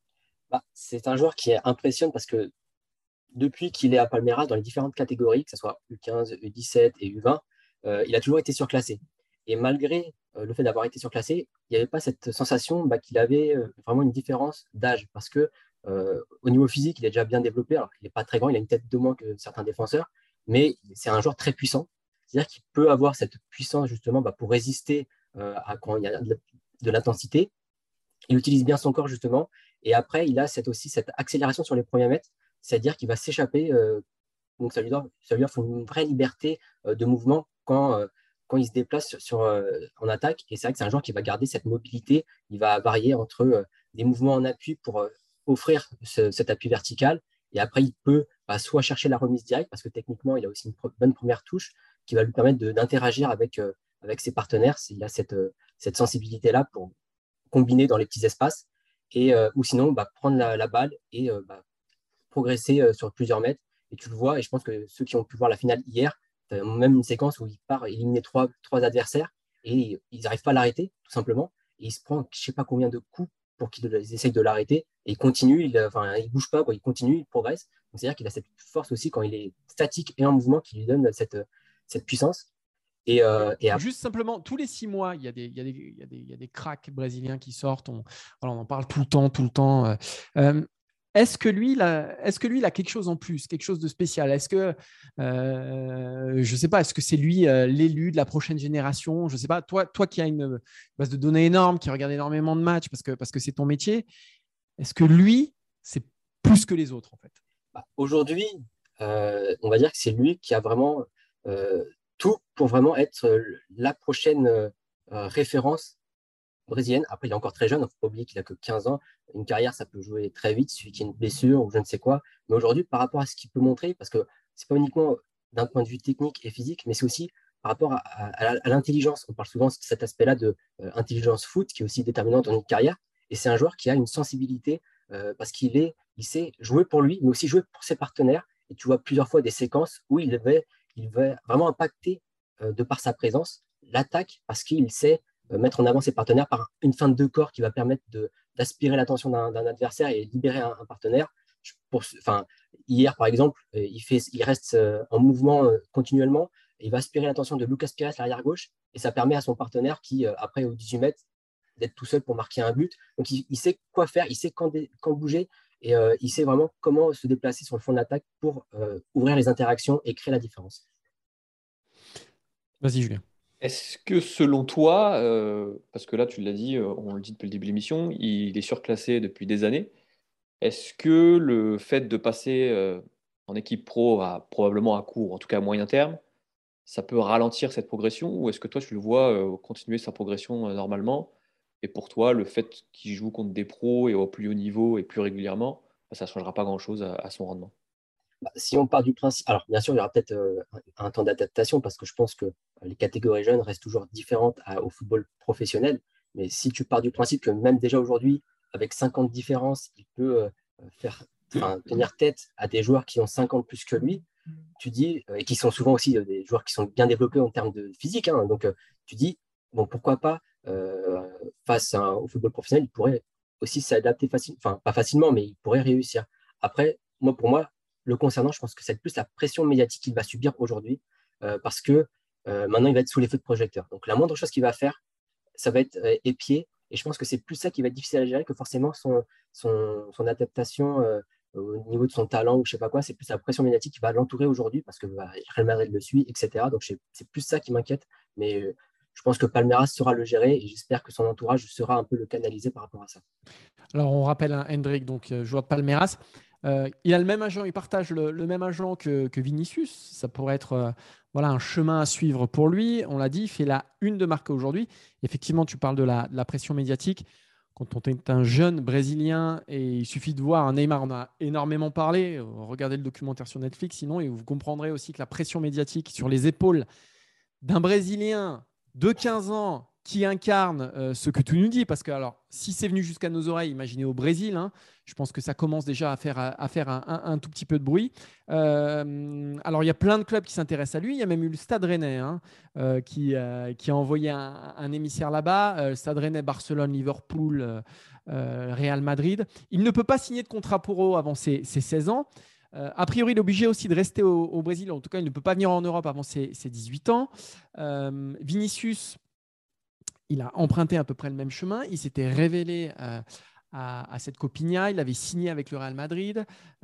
C'est un joueur qui impressionne parce que depuis qu'il est à Palmeiras, dans les différentes catégories, que ce soit U15, U17 et U20, il a toujours été surclassé. Et malgré le fait d'avoir été surclassé, il n'y avait pas cette sensation qu'il avait vraiment une différence d'âge. Parce que au niveau physique, il est déjà bien développé. Alors, il n'est pas très grand, il a une tête de moins que certains défenseurs, mais c'est un joueur très puissant. C'est-à-dire qu'il peut avoir cette puissance justement pour résister à quand il y a de l'intensité. Il utilise bien son corps justement. Et après, il a aussi cette accélération sur les premiers mètres, c'est-à-dire qu'il va s'échapper. Donc, ça lui donne une vraie liberté de mouvement quand il se déplace en attaque. Et c'est vrai que c'est un joueur qui va garder cette mobilité. Il va varier entre des mouvements en appui pour offrir cet appui vertical. Et après, il peut soit chercher la remise directe, parce que techniquement, il a aussi une bonne première touche qui va lui permettre d'interagir avec ses partenaires. Il a cette sensibilité-là pour combiner dans les petits espaces. Ou sinon, prendre la balle et progresser sur plusieurs mètres. Et tu le vois, et je pense que ceux qui ont pu voir la finale hier, même une séquence où il part éliminer trois adversaires et ils n'arrivent pas à l'arrêter, tout simplement. Et il se prend je ne sais pas combien de coups pour qu'ils essayent de l'arrêter. Et il continue, il ne bouge pas, il continue, il progresse. Donc, c'est-à-dire qu'il a cette force aussi quand il est statique et en mouvement qui lui donne cette puissance. Juste simplement, tous les 6 mois, il y a des cracks brésiliens qui sortent. On en parle tout le temps. Est-ce que lui, il a quelque chose en plus, quelque chose de spécial? Est-ce que, je ne sais pas, est-ce que c'est lui l'élu de la prochaine génération? Je ne sais pas. Toi qui as une base de données énorme, qui regarde énormément de matchs parce que c'est ton métier, est-ce que lui, c'est plus que les autres en fait? Aujourd'hui, on va dire que c'est lui qui a vraiment tout pour vraiment être la prochaine référence brésilienne. Après, il est encore très jeune, il ne faut pas oublier qu'il n'a que 15 ans. Une carrière, ça peut jouer très vite, il suffit qu'il y ait une blessure ou je ne sais quoi. Mais aujourd'hui, par rapport à ce qu'il peut montrer, parce que ce n'est pas uniquement d'un point de vue technique et physique, mais c'est aussi par rapport à l'intelligence. On parle souvent de cet aspect-là de intelligence foot, qui est aussi déterminante dans une carrière. Et c'est un joueur qui a une sensibilité parce qu'il sait jouer pour lui, mais aussi jouer pour ses partenaires. Et tu vois plusieurs fois des séquences où il va vraiment impacter de par sa présence l'attaque parce qu'il sait mettre en avant ses partenaires par une feinte de corps qui va permettre d'aspirer l'attention d'un adversaire et libérer un partenaire. Hier, par exemple, il reste en mouvement continuellement. Il va aspirer l'attention de Lucas Pires, l'arrière gauche, et ça permet à son partenaire qui, après, au 18 mètres, d'être tout seul pour marquer un but. Donc, il sait quoi faire, il sait quand bouger, et il sait vraiment comment se déplacer sur le fond de l'attaque pour ouvrir les interactions et créer la différence. Vas-y, Julien. Est-ce que selon toi, parce que là tu l'as dit, on le dit depuis le début de l'émission, il est surclassé depuis des années, est-ce que le fait de passer en équipe pro probablement à court, en tout cas à moyen terme, ça peut ralentir cette progression ou est-ce que toi tu le vois continuer sa progression normalement et pour toi le fait qu'il joue contre des pros et au plus haut niveau et plus régulièrement, ça ne changera pas grand-chose à son rendement? Si on part du principe, alors bien sûr, il y aura peut-être un temps d'adaptation parce que je pense que les catégories jeunes restent toujours différentes au football professionnel. Mais si tu pars du principe que même déjà aujourd'hui, avec 50 différences, il peut tenir tête à des joueurs qui ont 50 plus que lui, tu dis, et qui sont souvent aussi des joueurs qui sont bien développés en termes de physique, hein, donc tu dis, bon, pourquoi pas, au football professionnel, il pourrait aussi s'adapter facilement, enfin, pas facilement, mais il pourrait réussir. Après, pour moi, le concernant, je pense que c'est plus la pression médiatique qu'il va subir aujourd'hui, parce que maintenant, il va être sous les feux de projecteurs. Donc, la moindre chose qu'il va faire, ça va être épié. Et je pense que c'est plus ça qui va être difficile à gérer que forcément son adaptation au niveau de son talent ou je sais pas quoi. C'est plus la pression médiatique qui va l'entourer aujourd'hui parce que Real Madrid le suit, etc. Donc, c'est plus ça qui m'inquiète. Mais je pense que Palmeiras saura le gérer et j'espère que son entourage sera un peu le canaliser par rapport à ça. Alors, on rappelle Hendrik, donc joueur de Palmeiras. Il a le même agent, il partage le même agent que Vinicius. Ça pourrait être un chemin à suivre pour lui. On l'a dit, il fait la une de Marca aujourd'hui. Effectivement, tu parles de la pression médiatique. Quand on est un jeune Brésilien, et il suffit de voir, Neymar en a énormément parlé, regardez le documentaire sur Netflix, sinon, et vous comprendrez aussi que la pression médiatique sur les épaules d'un Brésilien de 15 ans qui incarne ce que tu nous dis, parce que alors, si c'est venu jusqu'à nos oreilles, imaginez au Brésil, hein, je pense que ça commence déjà à faire un tout petit peu de bruit. Alors, il y a plein de clubs qui s'intéressent à lui. Il y a même eu le Stade Rennais qui a envoyé un émissaire là-bas. Stade Rennais, Barcelone, Liverpool, Real Madrid. Il ne peut pas signer de contrat pour eux avant ses 16 ans. A priori, il est obligé aussi de rester au Brésil. En tout cas, il ne peut pas venir en Europe avant ses 18 ans. Vinicius, il a emprunté à peu près le même chemin. Il s'était révélé à cette Copinha. Il avait signé avec le Real Madrid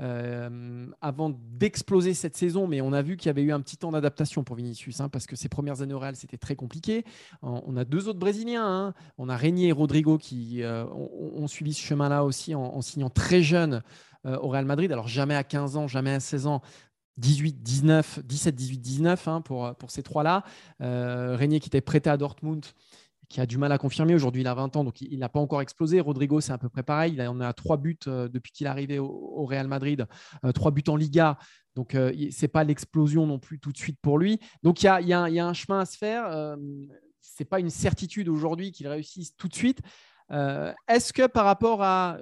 avant d'exploser cette saison. Mais on a vu qu'il y avait eu un petit temps d'adaptation pour Vinicius parce que ses premières années au Real, c'était très compliqué. On a deux autres Brésiliens. On a Régnier et Rodrigo qui ont suivi ce chemin-là aussi en signant très jeune au Real Madrid. Alors jamais à 15 ans, jamais à 16 ans. 17, 18, 19 pour ces trois-là. Régnier qui était prêté à Dortmund, qui a du mal à confirmer. Aujourd'hui, il a 20 ans, donc il n'a pas encore explosé. Rodrigo, c'est à peu près pareil. On a 3 buts depuis qu'il est arrivé au Real Madrid, 3 buts en Liga. Donc, ce n'est pas l'explosion non plus tout de suite pour lui. Donc, il y a un chemin à se faire. Ce n'est pas une certitude aujourd'hui qu'il réussisse tout de suite. Est-ce que par rapport à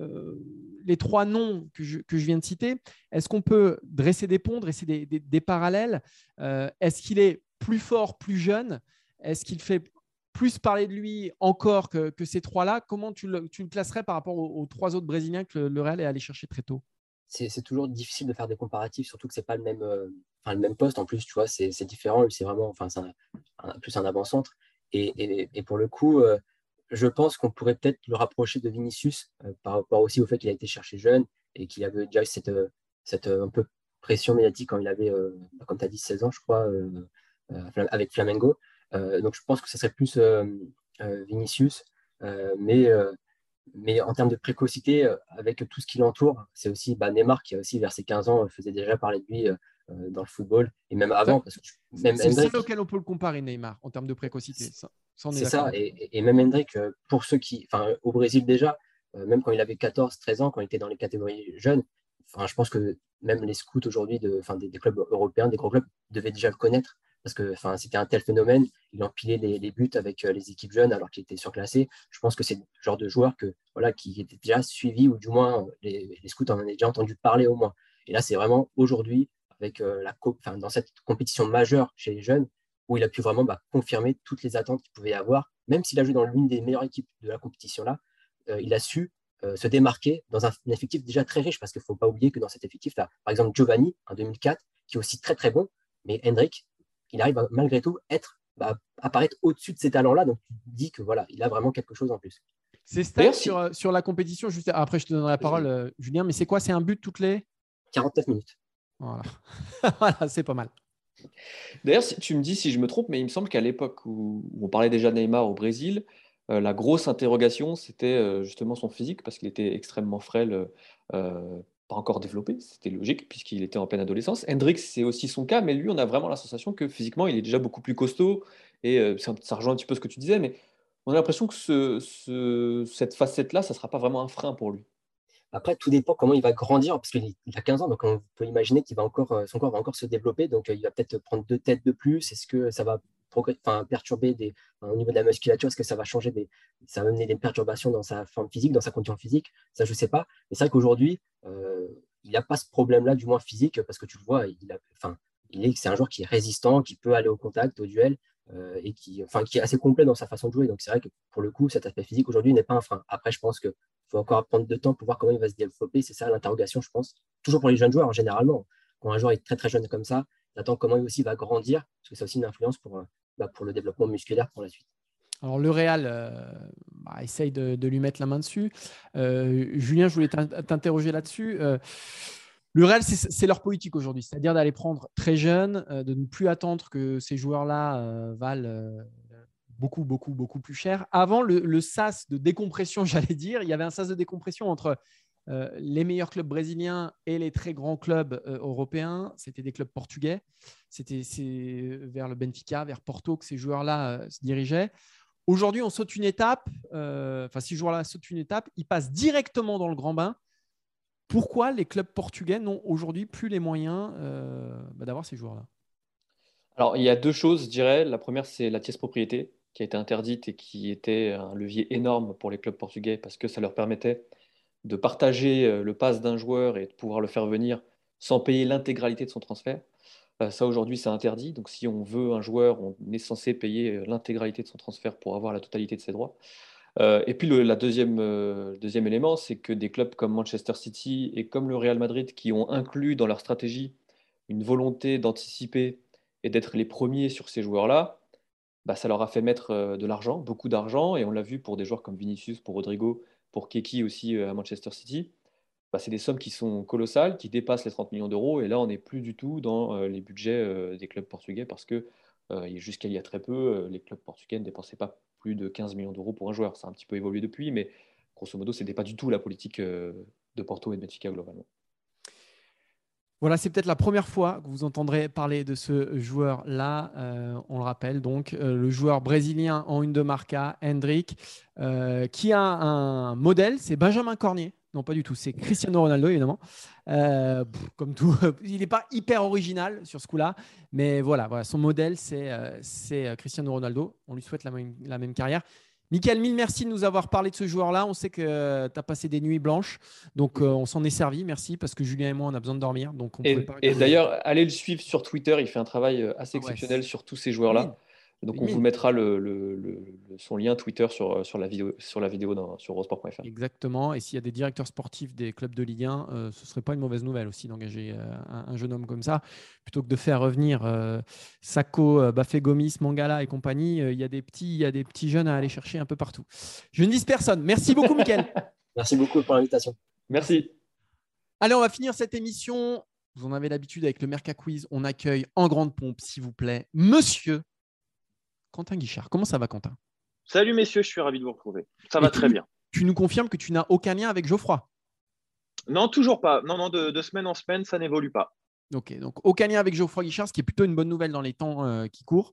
les 3 noms que je viens de citer, est-ce qu'on peut dresser des ponts, dresser des parallèles? Est-ce qu'il est plus fort, plus jeune? Est-ce qu'il fait plus parler de lui encore que ces 3-là? Comment tu le classerais par rapport aux 3 autres Brésiliens que le Real est allé chercher très tôt? C'est toujours difficile de faire des comparatifs, surtout que c'est pas le même poste. En plus, tu vois, c'est différent. Lui, c'est vraiment, plus un avant-centre. Et pour le coup, je pense qu'on pourrait peut-être le rapprocher de Vinicius par rapport aussi au fait qu'il a été cherché jeune et qu'il avait déjà cette un peu pression médiatique quand il avait, comme tu as dit, 16 ans, je crois, avec Flamengo. Donc, je pense que ce serait plus Vinicius. Mais en termes de précocité, avec tout ce qui l'entoure, c'est aussi Neymar qui, a aussi, vers ses 15 ans, faisait déjà parler de lui dans le football. Et même avant, parce que même c'est Hendrik, ça auquel on peut le comparer, Neymar, en termes de précocité. C'est ça. Et même Hendrik, pour ceux qui, au Brésil déjà, même quand il avait 14-13 ans, quand il était dans les catégories jeunes, je pense que même les scouts aujourd'hui des clubs européens, des gros clubs, devaient déjà le connaître parce que c'était un tel phénomène. Il empilait les buts avec les équipes jeunes alors qu'il était surclassé. Je pense que c'est le genre de joueur qui était déjà suivi, ou du moins les scouts en avaient déjà entendu parler au moins. Et là, c'est vraiment aujourd'hui, avec dans cette compétition majeure chez les jeunes, où il a pu vraiment confirmer toutes les attentes qu'il pouvait y avoir. Même s'il a joué dans l'une des meilleures équipes de la compétition-là, il a su se démarquer dans un effectif déjà très riche, parce qu'il ne faut pas oublier que dans cet effectif, tu as par exemple Giovanni, en 2004, qui est aussi très très bon, mais Hendrik, il arrive malgré tout apparaître au-dessus de ces talents-là, donc tu te dis que voilà, il a vraiment quelque chose en plus. C'est stats sur la compétition, juste après je te donnerai la parole, Julien, mais c'est quoi? C'est un but toutes les 49 minutes. Voilà, voilà, c'est pas mal. D'ailleurs, tu me dis si je me trompe, mais il me semble qu'à l'époque où on parlait déjà de Neymar au Brésil, la grosse interrogation, c'était justement son physique, parce qu'il était extrêmement frêle, pas encore développé, c'était logique, puisqu'il était en pleine adolescence. Hendrik, c'est aussi son cas, mais lui, on a vraiment la sensation que physiquement, il est déjà beaucoup plus costaud, et ça rejoint un petit peu ce que tu disais, mais on a l'impression que cette facette-là, ça ne sera pas vraiment un frein pour lui. Après, tout dépend comment il va grandir, parce qu'il a 15 ans, donc on peut imaginer qu'il va son corps va encore se développer, donc il va peut-être prendre 2 têtes de plus. Est-ce que ça va perturber au niveau de la musculature? Est-ce que ça va ça va amener des perturbations dans sa forme physique, dans sa condition physique? Ça, je ne sais pas. Mais c'est vrai qu'aujourd'hui, il n'a pas ce problème-là, du moins physique, parce que tu le vois, c'est un joueur qui est résistant, qui peut aller au contact, au duel, et qui est assez complet dans sa façon de jouer. Donc c'est vrai que pour le coup, cet aspect physique aujourd'hui n'est pas un frein. Après, je pense qu'il faut encore prendre de temps pour voir comment il va se développer. C'est ça l'interrogation, je pense. Toujours pour les jeunes joueurs, généralement. Quand un joueur est très très jeune comme ça, on attend comment il aussi va grandir, parce que ça a aussi une influence pour le développement musculaire pour la suite. Alors, le Real essaye de lui mettre la main dessus. Julien, je voulais t'interroger là-dessus. Le Real, c'est leur politique aujourd'hui, c'est-à-dire d'aller prendre très jeune, de ne plus attendre que ces joueurs-là valent beaucoup, beaucoup, beaucoup plus cher. Avant, le sas de décompression, j'allais dire, il y avait un sas de décompression entre les meilleurs clubs brésiliens et les très grands clubs européens. C'était des clubs portugais. C'est vers le Benfica, vers Porto que ces joueurs-là se dirigeaient. Aujourd'hui, on saute une étape. Ces joueurs-là sautent une étape. Ils passent directement dans le grand bain. Pourquoi les clubs portugais n'ont aujourd'hui plus les moyens d'avoir ces joueurs-là? Alors, il y a deux choses, je dirais. La première, c'est la tierce propriété qui a été interdite et qui était un levier énorme pour les clubs portugais parce que ça leur permettait de partager le pass d'un joueur et de pouvoir le faire venir sans payer l'intégralité de son transfert. Ça, aujourd'hui, c'est interdit. Donc, si on veut un joueur, on est censé payer l'intégralité de son transfert pour avoir la totalité de ses droits. Et puis, le deuxième élément, c'est que des clubs comme Manchester City et comme le Real Madrid, qui ont inclus dans leur stratégie une volonté d'anticiper et d'être les premiers sur ces joueurs-là, ça leur a fait mettre de l'argent, beaucoup d'argent. Et on l'a vu pour des joueurs comme Vinicius, pour Rodrigo, pour Keki aussi à Manchester City. C'est des sommes qui sont colossales, qui dépassent les 30 millions d'euros. Et là, on n'est plus du tout dans les budgets des clubs portugais parce que jusqu'à il y a très peu, les clubs portugais ne dépensaient pas plus de 15 millions d'euros pour un joueur. Ça a un petit peu évolué depuis, mais grosso modo, ce n'était pas du tout la politique de Porto et de Benfica globalement. Voilà, c'est peut-être la première fois que vous entendrez parler de ce joueur-là. On le rappelle donc, le joueur brésilien en une de Marca, Hendrick, qui a un modèle, c'est Benjamin Cornier. Non, pas du tout, c'est Cristiano Ronaldo, évidemment. Comme tout, il n'est pas hyper original sur ce coup-là, mais voilà, son modèle, c'est Cristiano Ronaldo. On lui souhaite la même carrière. Mickaël, mille merci de nous avoir parlé de ce joueur-là. On sait que tu as passé des nuits blanches, donc on s'en est servi. Merci, parce que Julien et moi, on a besoin de dormir. Donc et d'ailleurs, allez le suivre sur Twitter. Il fait un travail assez exceptionnel sur tous ces joueurs-là. Donc, on vous mettra son lien Twitter sur la vidéo sur eurosport.fr. Exactement. Et s'il y a des directeurs sportifs des clubs de Ligue 1, ce ne serait pas une mauvaise nouvelle aussi d'engager un jeune homme comme ça. Plutôt que de faire revenir Sakho, Bafé Gomis, Mangala et compagnie, il y a des petits jeunes à aller chercher un peu partout. Je ne dis personne. Merci beaucoup, Mickaël. Merci beaucoup pour l'invitation. Merci. Allez, on va finir cette émission. Vous en avez l'habitude avec le Merca Quiz. On accueille en grande pompe, s'il vous plaît, monsieur Quentin Guichard. Comment ça va, Quentin? Salut messieurs, je suis ravi de vous retrouver. Ça va très bien. Tu nous confirmes que tu n'as aucun lien avec Geoffroy? Non, toujours pas. Non, de semaine en semaine, ça n'évolue pas. Ok, donc aucun lien avec Geoffroy Guichard, ce qui est plutôt une bonne nouvelle dans les temps qui courent.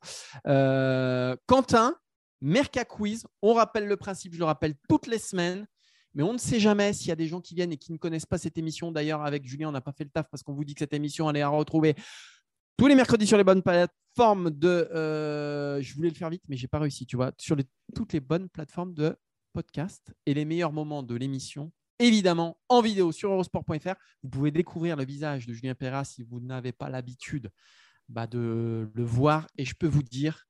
Quentin, Merca Quiz, on rappelle le principe, je le rappelle toutes les semaines, mais on ne sait jamais s'il y a des gens qui viennent et qui ne connaissent pas cette émission. D'ailleurs, avec Julien, on n'a pas fait le taf parce qu'on vous dit que cette émission, elle est à retrouver tous les mercredis sur les bonnes plateformes de… je voulais le faire vite, mais je n'ai pas réussi, tu vois. Sur toutes les bonnes plateformes de podcast et les meilleurs moments de l'émission, évidemment, en vidéo sur eurosport.fr. Vous pouvez découvrir le visage de Julien Perras si vous n'avez pas l'habitude de le voir. Et je peux vous dire,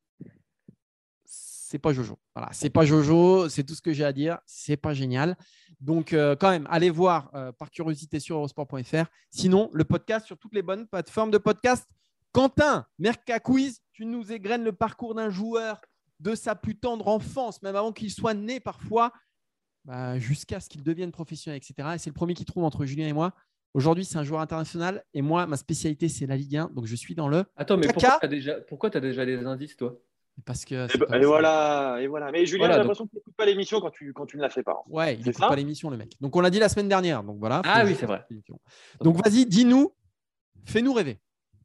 c'est pas Jojo. Voilà, c'est pas Jojo, c'est tout ce que j'ai à dire. C'est pas génial. Donc, quand même, allez voir par curiosité sur eurosport.fr. Sinon, le podcast sur toutes les bonnes plateformes de podcast. Quentin, Merca Quiz, tu nous égrènes le parcours d'un joueur de sa plus tendre enfance, même avant qu'il soit né parfois, jusqu'à ce qu'il devienne professionnel, etc. Et c'est le premier qui trouve entre Julien et moi. Aujourd'hui, c'est un joueur international et moi, ma spécialité, c'est la Ligue 1. Donc, je suis dans le… Attends, mais pourquoi tu as déjà des indices, toi? Parce que et voilà. Mais Julien, j'ai l'impression que tu n'écoutes pas l'émission quand tu ne la fais pas. Ouais, il n'écoute pas l'émission, le mec. Donc, on l'a dit la semaine dernière. Donc, voilà. Ah oui, c'est vrai. Donc, vas-y, dis-nous, fais-nous rêver.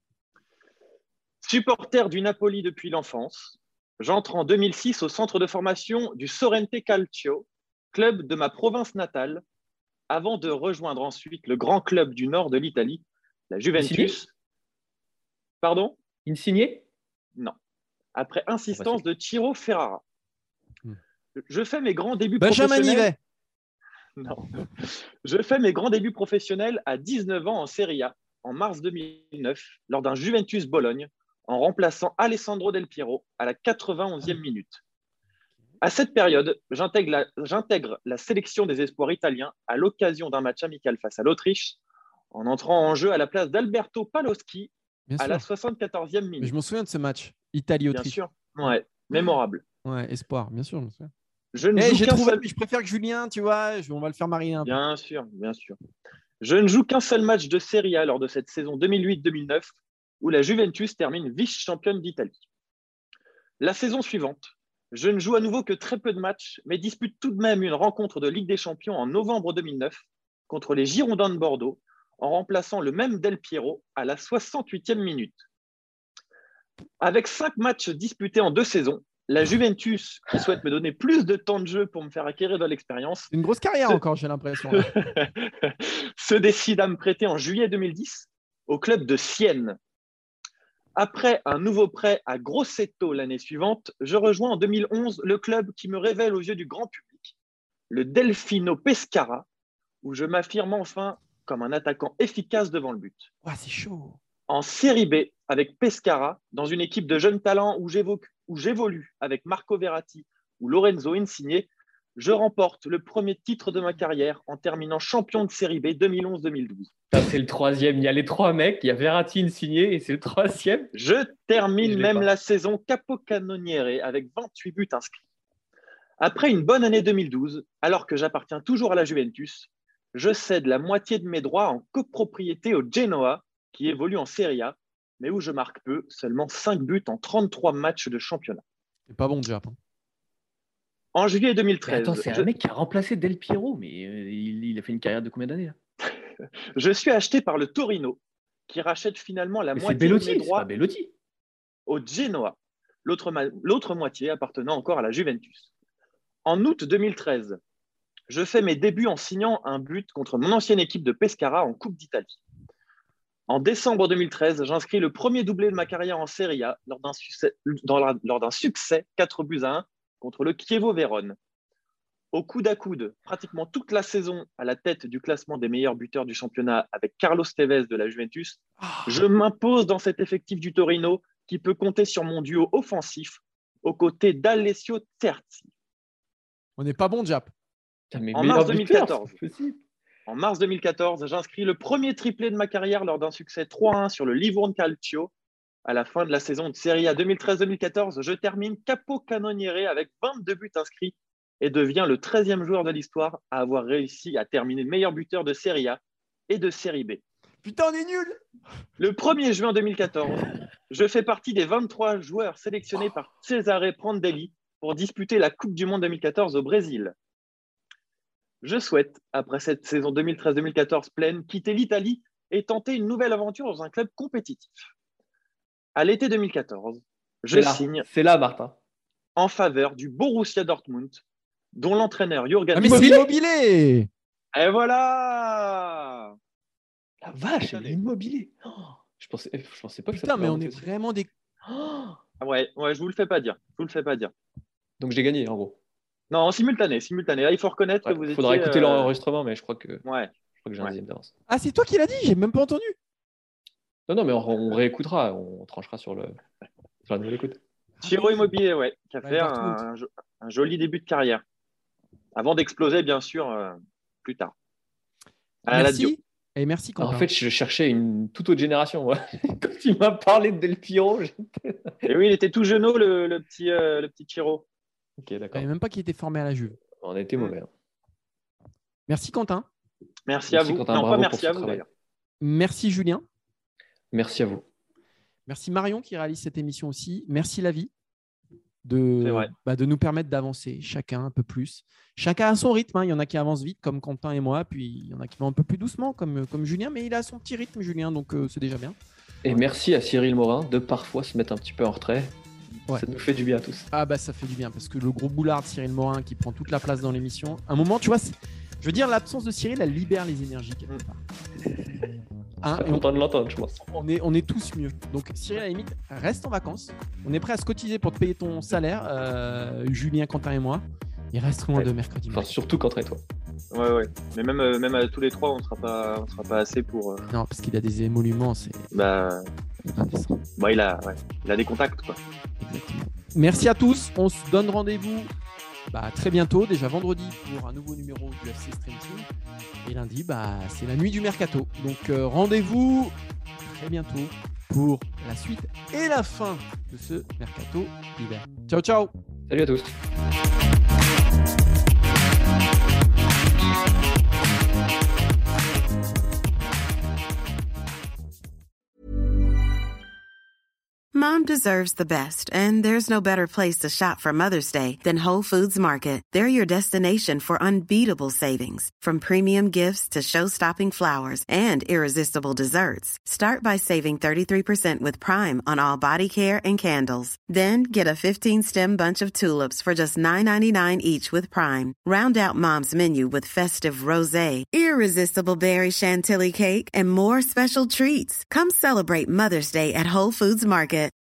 Supporter du Napoli depuis l'enfance, j'entre en 2006 au centre de formation du Sorrente Calcio, club de ma province natale, avant de rejoindre ensuite le grand club du nord de l'Italie, la Juventus. Insigné? Pardon? Insigné? Non. après insistance de Ciro Ferrara. Je fais mes grands débuts Benjamin professionnels. Nivet. Non. Je fais mes grands débuts professionnels à 19 ans en Serie A en mars 2009 lors d'un Juventus Bologne en remplaçant Alessandro Del Piero à la 91e minute. À cette période, j'intègre la sélection des espoirs italiens à l'occasion d'un match amical face à l'Autriche en entrant en jeu à la place d'Alberto Paloschi à la 74e minute. Mais je m'en souviens de ce match, Bien Italie-Autriche. sûr, ouais, mémorable. Ouais, espoir, bien sûr. Je me souviens. Je ne joue j'ai qu'un trouvé, seul... mais je préfère que Julien, tu vois, on va le faire mariner un peu. Bien sûr, bien sûr. Je ne joue qu'un seul match de Serie A lors de cette saison 2008-2009 où la Juventus termine vice-championne d'Italie. La saison suivante, je ne joue à nouveau que très peu de matchs, mais dispute tout de même une rencontre de Ligue des Champions en novembre 2009 contre les Girondins de Bordeaux en remplaçant le même Del Piero à la 68e minute. Avec 5 matchs disputés en 2 saisons, la Juventus, qui souhaite me donner plus de temps de jeu pour me faire acquérir de l'expérience, Une grosse carrière encore, j'ai l'impression. se décide à me prêter en juillet 2010 au club de Sienne. Après un nouveau prêt à Grosseto l'année suivante, je rejoins en 2011 le club qui me révèle aux yeux du grand public, le Delfino Pescara, où je m'affirme enfin comme un attaquant efficace devant le but. Ouais, c'est chaud. En Série B, avec Pescara, dans une équipe de jeunes talents où j'évolue avec Marco Verratti ou Lorenzo Insigne, je remporte le premier titre de ma carrière en terminant champion de Série B 2011-2012. Ça, c'est le troisième. Il y a les 3 mecs, il y a Verratti, Insigne et c'est le troisième. Je termine même pas. la saison capocannoniere avec 28 buts inscrits. Après une bonne année 2012, alors que j'appartiens toujours à la Juventus, je cède la moitié de mes droits en copropriété au Genoa, qui évolue en Serie A, mais où je marque peu, seulement 5 buts en 33 matchs de championnat. C'est pas bon, Jap. En juillet 2013, Mais attends, c'est un mec qui a remplacé Del Piero, mais il a fait une carrière de combien d'années là? Je suis acheté par le Torino, qui rachète finalement la Mais c'est moitié de Bellotti, mes c'est droits pas Bellotti. au Genoa, l'autre moitié appartenant encore à la Juventus. En août 2013, je fais mes débuts en signant un but contre mon ancienne équipe de Pescara en Coupe d'Italie. En décembre 2013, j'inscris le premier doublé de ma carrière en Serie A lors d'un succès 4-1 contre le Chievo Vérone. Au coude à coude, pratiquement toute la saison à la tête du classement des meilleurs buteurs du championnat avec Carlos Tevez de la Juventus, je m'impose dans cet effectif du Torino qui peut compter sur mon duo offensif aux côtés d'Alessio Terzi. On n'est pas bon, Jap. En mars 2014. En mars 2014, j'inscris le premier triplé de ma carrière lors d'un succès 3-1 sur le Livorno Calcio. À la fin de la saison de Serie A 2013-2014, je termine capocannoniere avec 22 buts inscrits et deviens le 13e joueur de l'histoire à avoir réussi à terminer meilleur buteur de Serie A et de Serie B. Putain, on est nuls. Le 1er juin 2014, je fais partie des 23 joueurs sélectionnés par Cesare Prandelli pour disputer la Coupe du Monde 2014 au Brésil. Je souhaite, après cette saison 2013-2014 pleine, quitter l'Italie et tenter une nouvelle aventure dans un club compétitif. À l'été 2014, je signe Martin. en faveur du Borussia Dortmund, dont l'entraîneur Jürgen Ah, mais c'est Immobilier. Et voilà. La vache, il est Immobilier. Oh, je pensais pas que ça. Putain, mais on est vraiment des. Oh. Ouais, je vous le fais pas dire. Donc j'ai gagné en gros. Non, en simultané. Là, il faut reconnaître que vous étiez. Il faudra écouter l'enregistrement, mais je crois que j'ai un dixième d'avance. Ah, c'est toi qui l'as dit, j'ai même pas entendu. Non, mais on réécoutera, on tranchera sur la nouvelle écoute. Ciro Immobilier, qui a fait un joli début de carrière. Avant d'exploser, bien sûr, plus tard. Merci. Et merci, Quentin. En fait, je cherchais une toute autre génération. Moi. Quand tu m'as parlé de Del Piero, Et oui, il était tout jeune, le petit Ciro. Ok, d'accord. Je savais même pas qu'il était formé à la Juve. On a été mauvais. Merci, Quentin. Merci à vous. Quentin, non, bravo pas merci pour à ce vous, travail. d'ailleurs. Merci, Julien. Merci à vous. Merci, Marion, qui réalise cette émission aussi. Merci, Lavi, de nous permettre d'avancer chacun un peu plus. Chacun à son rythme. Il y en a qui avancent vite, comme Quentin et moi. Puis il y en a qui vont un peu plus doucement, comme Julien. Mais il a son petit rythme, Julien. Donc, c'est déjà bien. Et merci à Cyril Morin de parfois se mettre un petit peu en retrait. Ouais. Ça nous fait du bien à tous. Ah bah ça fait du bien parce que le gros boulard de Cyril Morin qui prend toute la place dans l'émission. À un moment, tu vois, je veux dire, l'absence de Cyril, elle libère les énergies quelque part. Hein, et content de l'entendre, je pense. on est tous mieux. Donc, Cyril, à la limite, reste en vacances. On est prêt à se cotiser pour te payer ton salaire, Julien, Quentin et moi. Il reste loin de mercredi. Enfin, surtout Quentin et toi. Ouais. Mais même à tous les trois, on sera pas assez pour. Non, parce qu'il a des émoluments, c'est indécent. Il a des contacts, quoi. Exactement. Merci à tous. On se donne rendez-vous très bientôt, déjà vendredi, pour un nouveau numéro du FC Stream Team. Et lundi, c'est la nuit du mercato. Donc rendez-vous très bientôt pour la suite et la fin de ce mercato d'hiver. Ciao, ciao. Salut à tous. Mom deserves the best, and there's no better place to shop for Mother's Day than Whole Foods Market. They're your destination for unbeatable savings, from premium gifts to show-stopping flowers and irresistible desserts. Start by saving 33% with Prime on all body care and candles. Then get a 15-stem bunch of tulips for just $9.99 each with Prime. Round out Mom's menu with festive rosé, irresistible berry chantilly cake, and more special treats. Come celebrate Mother's Day at Whole Foods Market.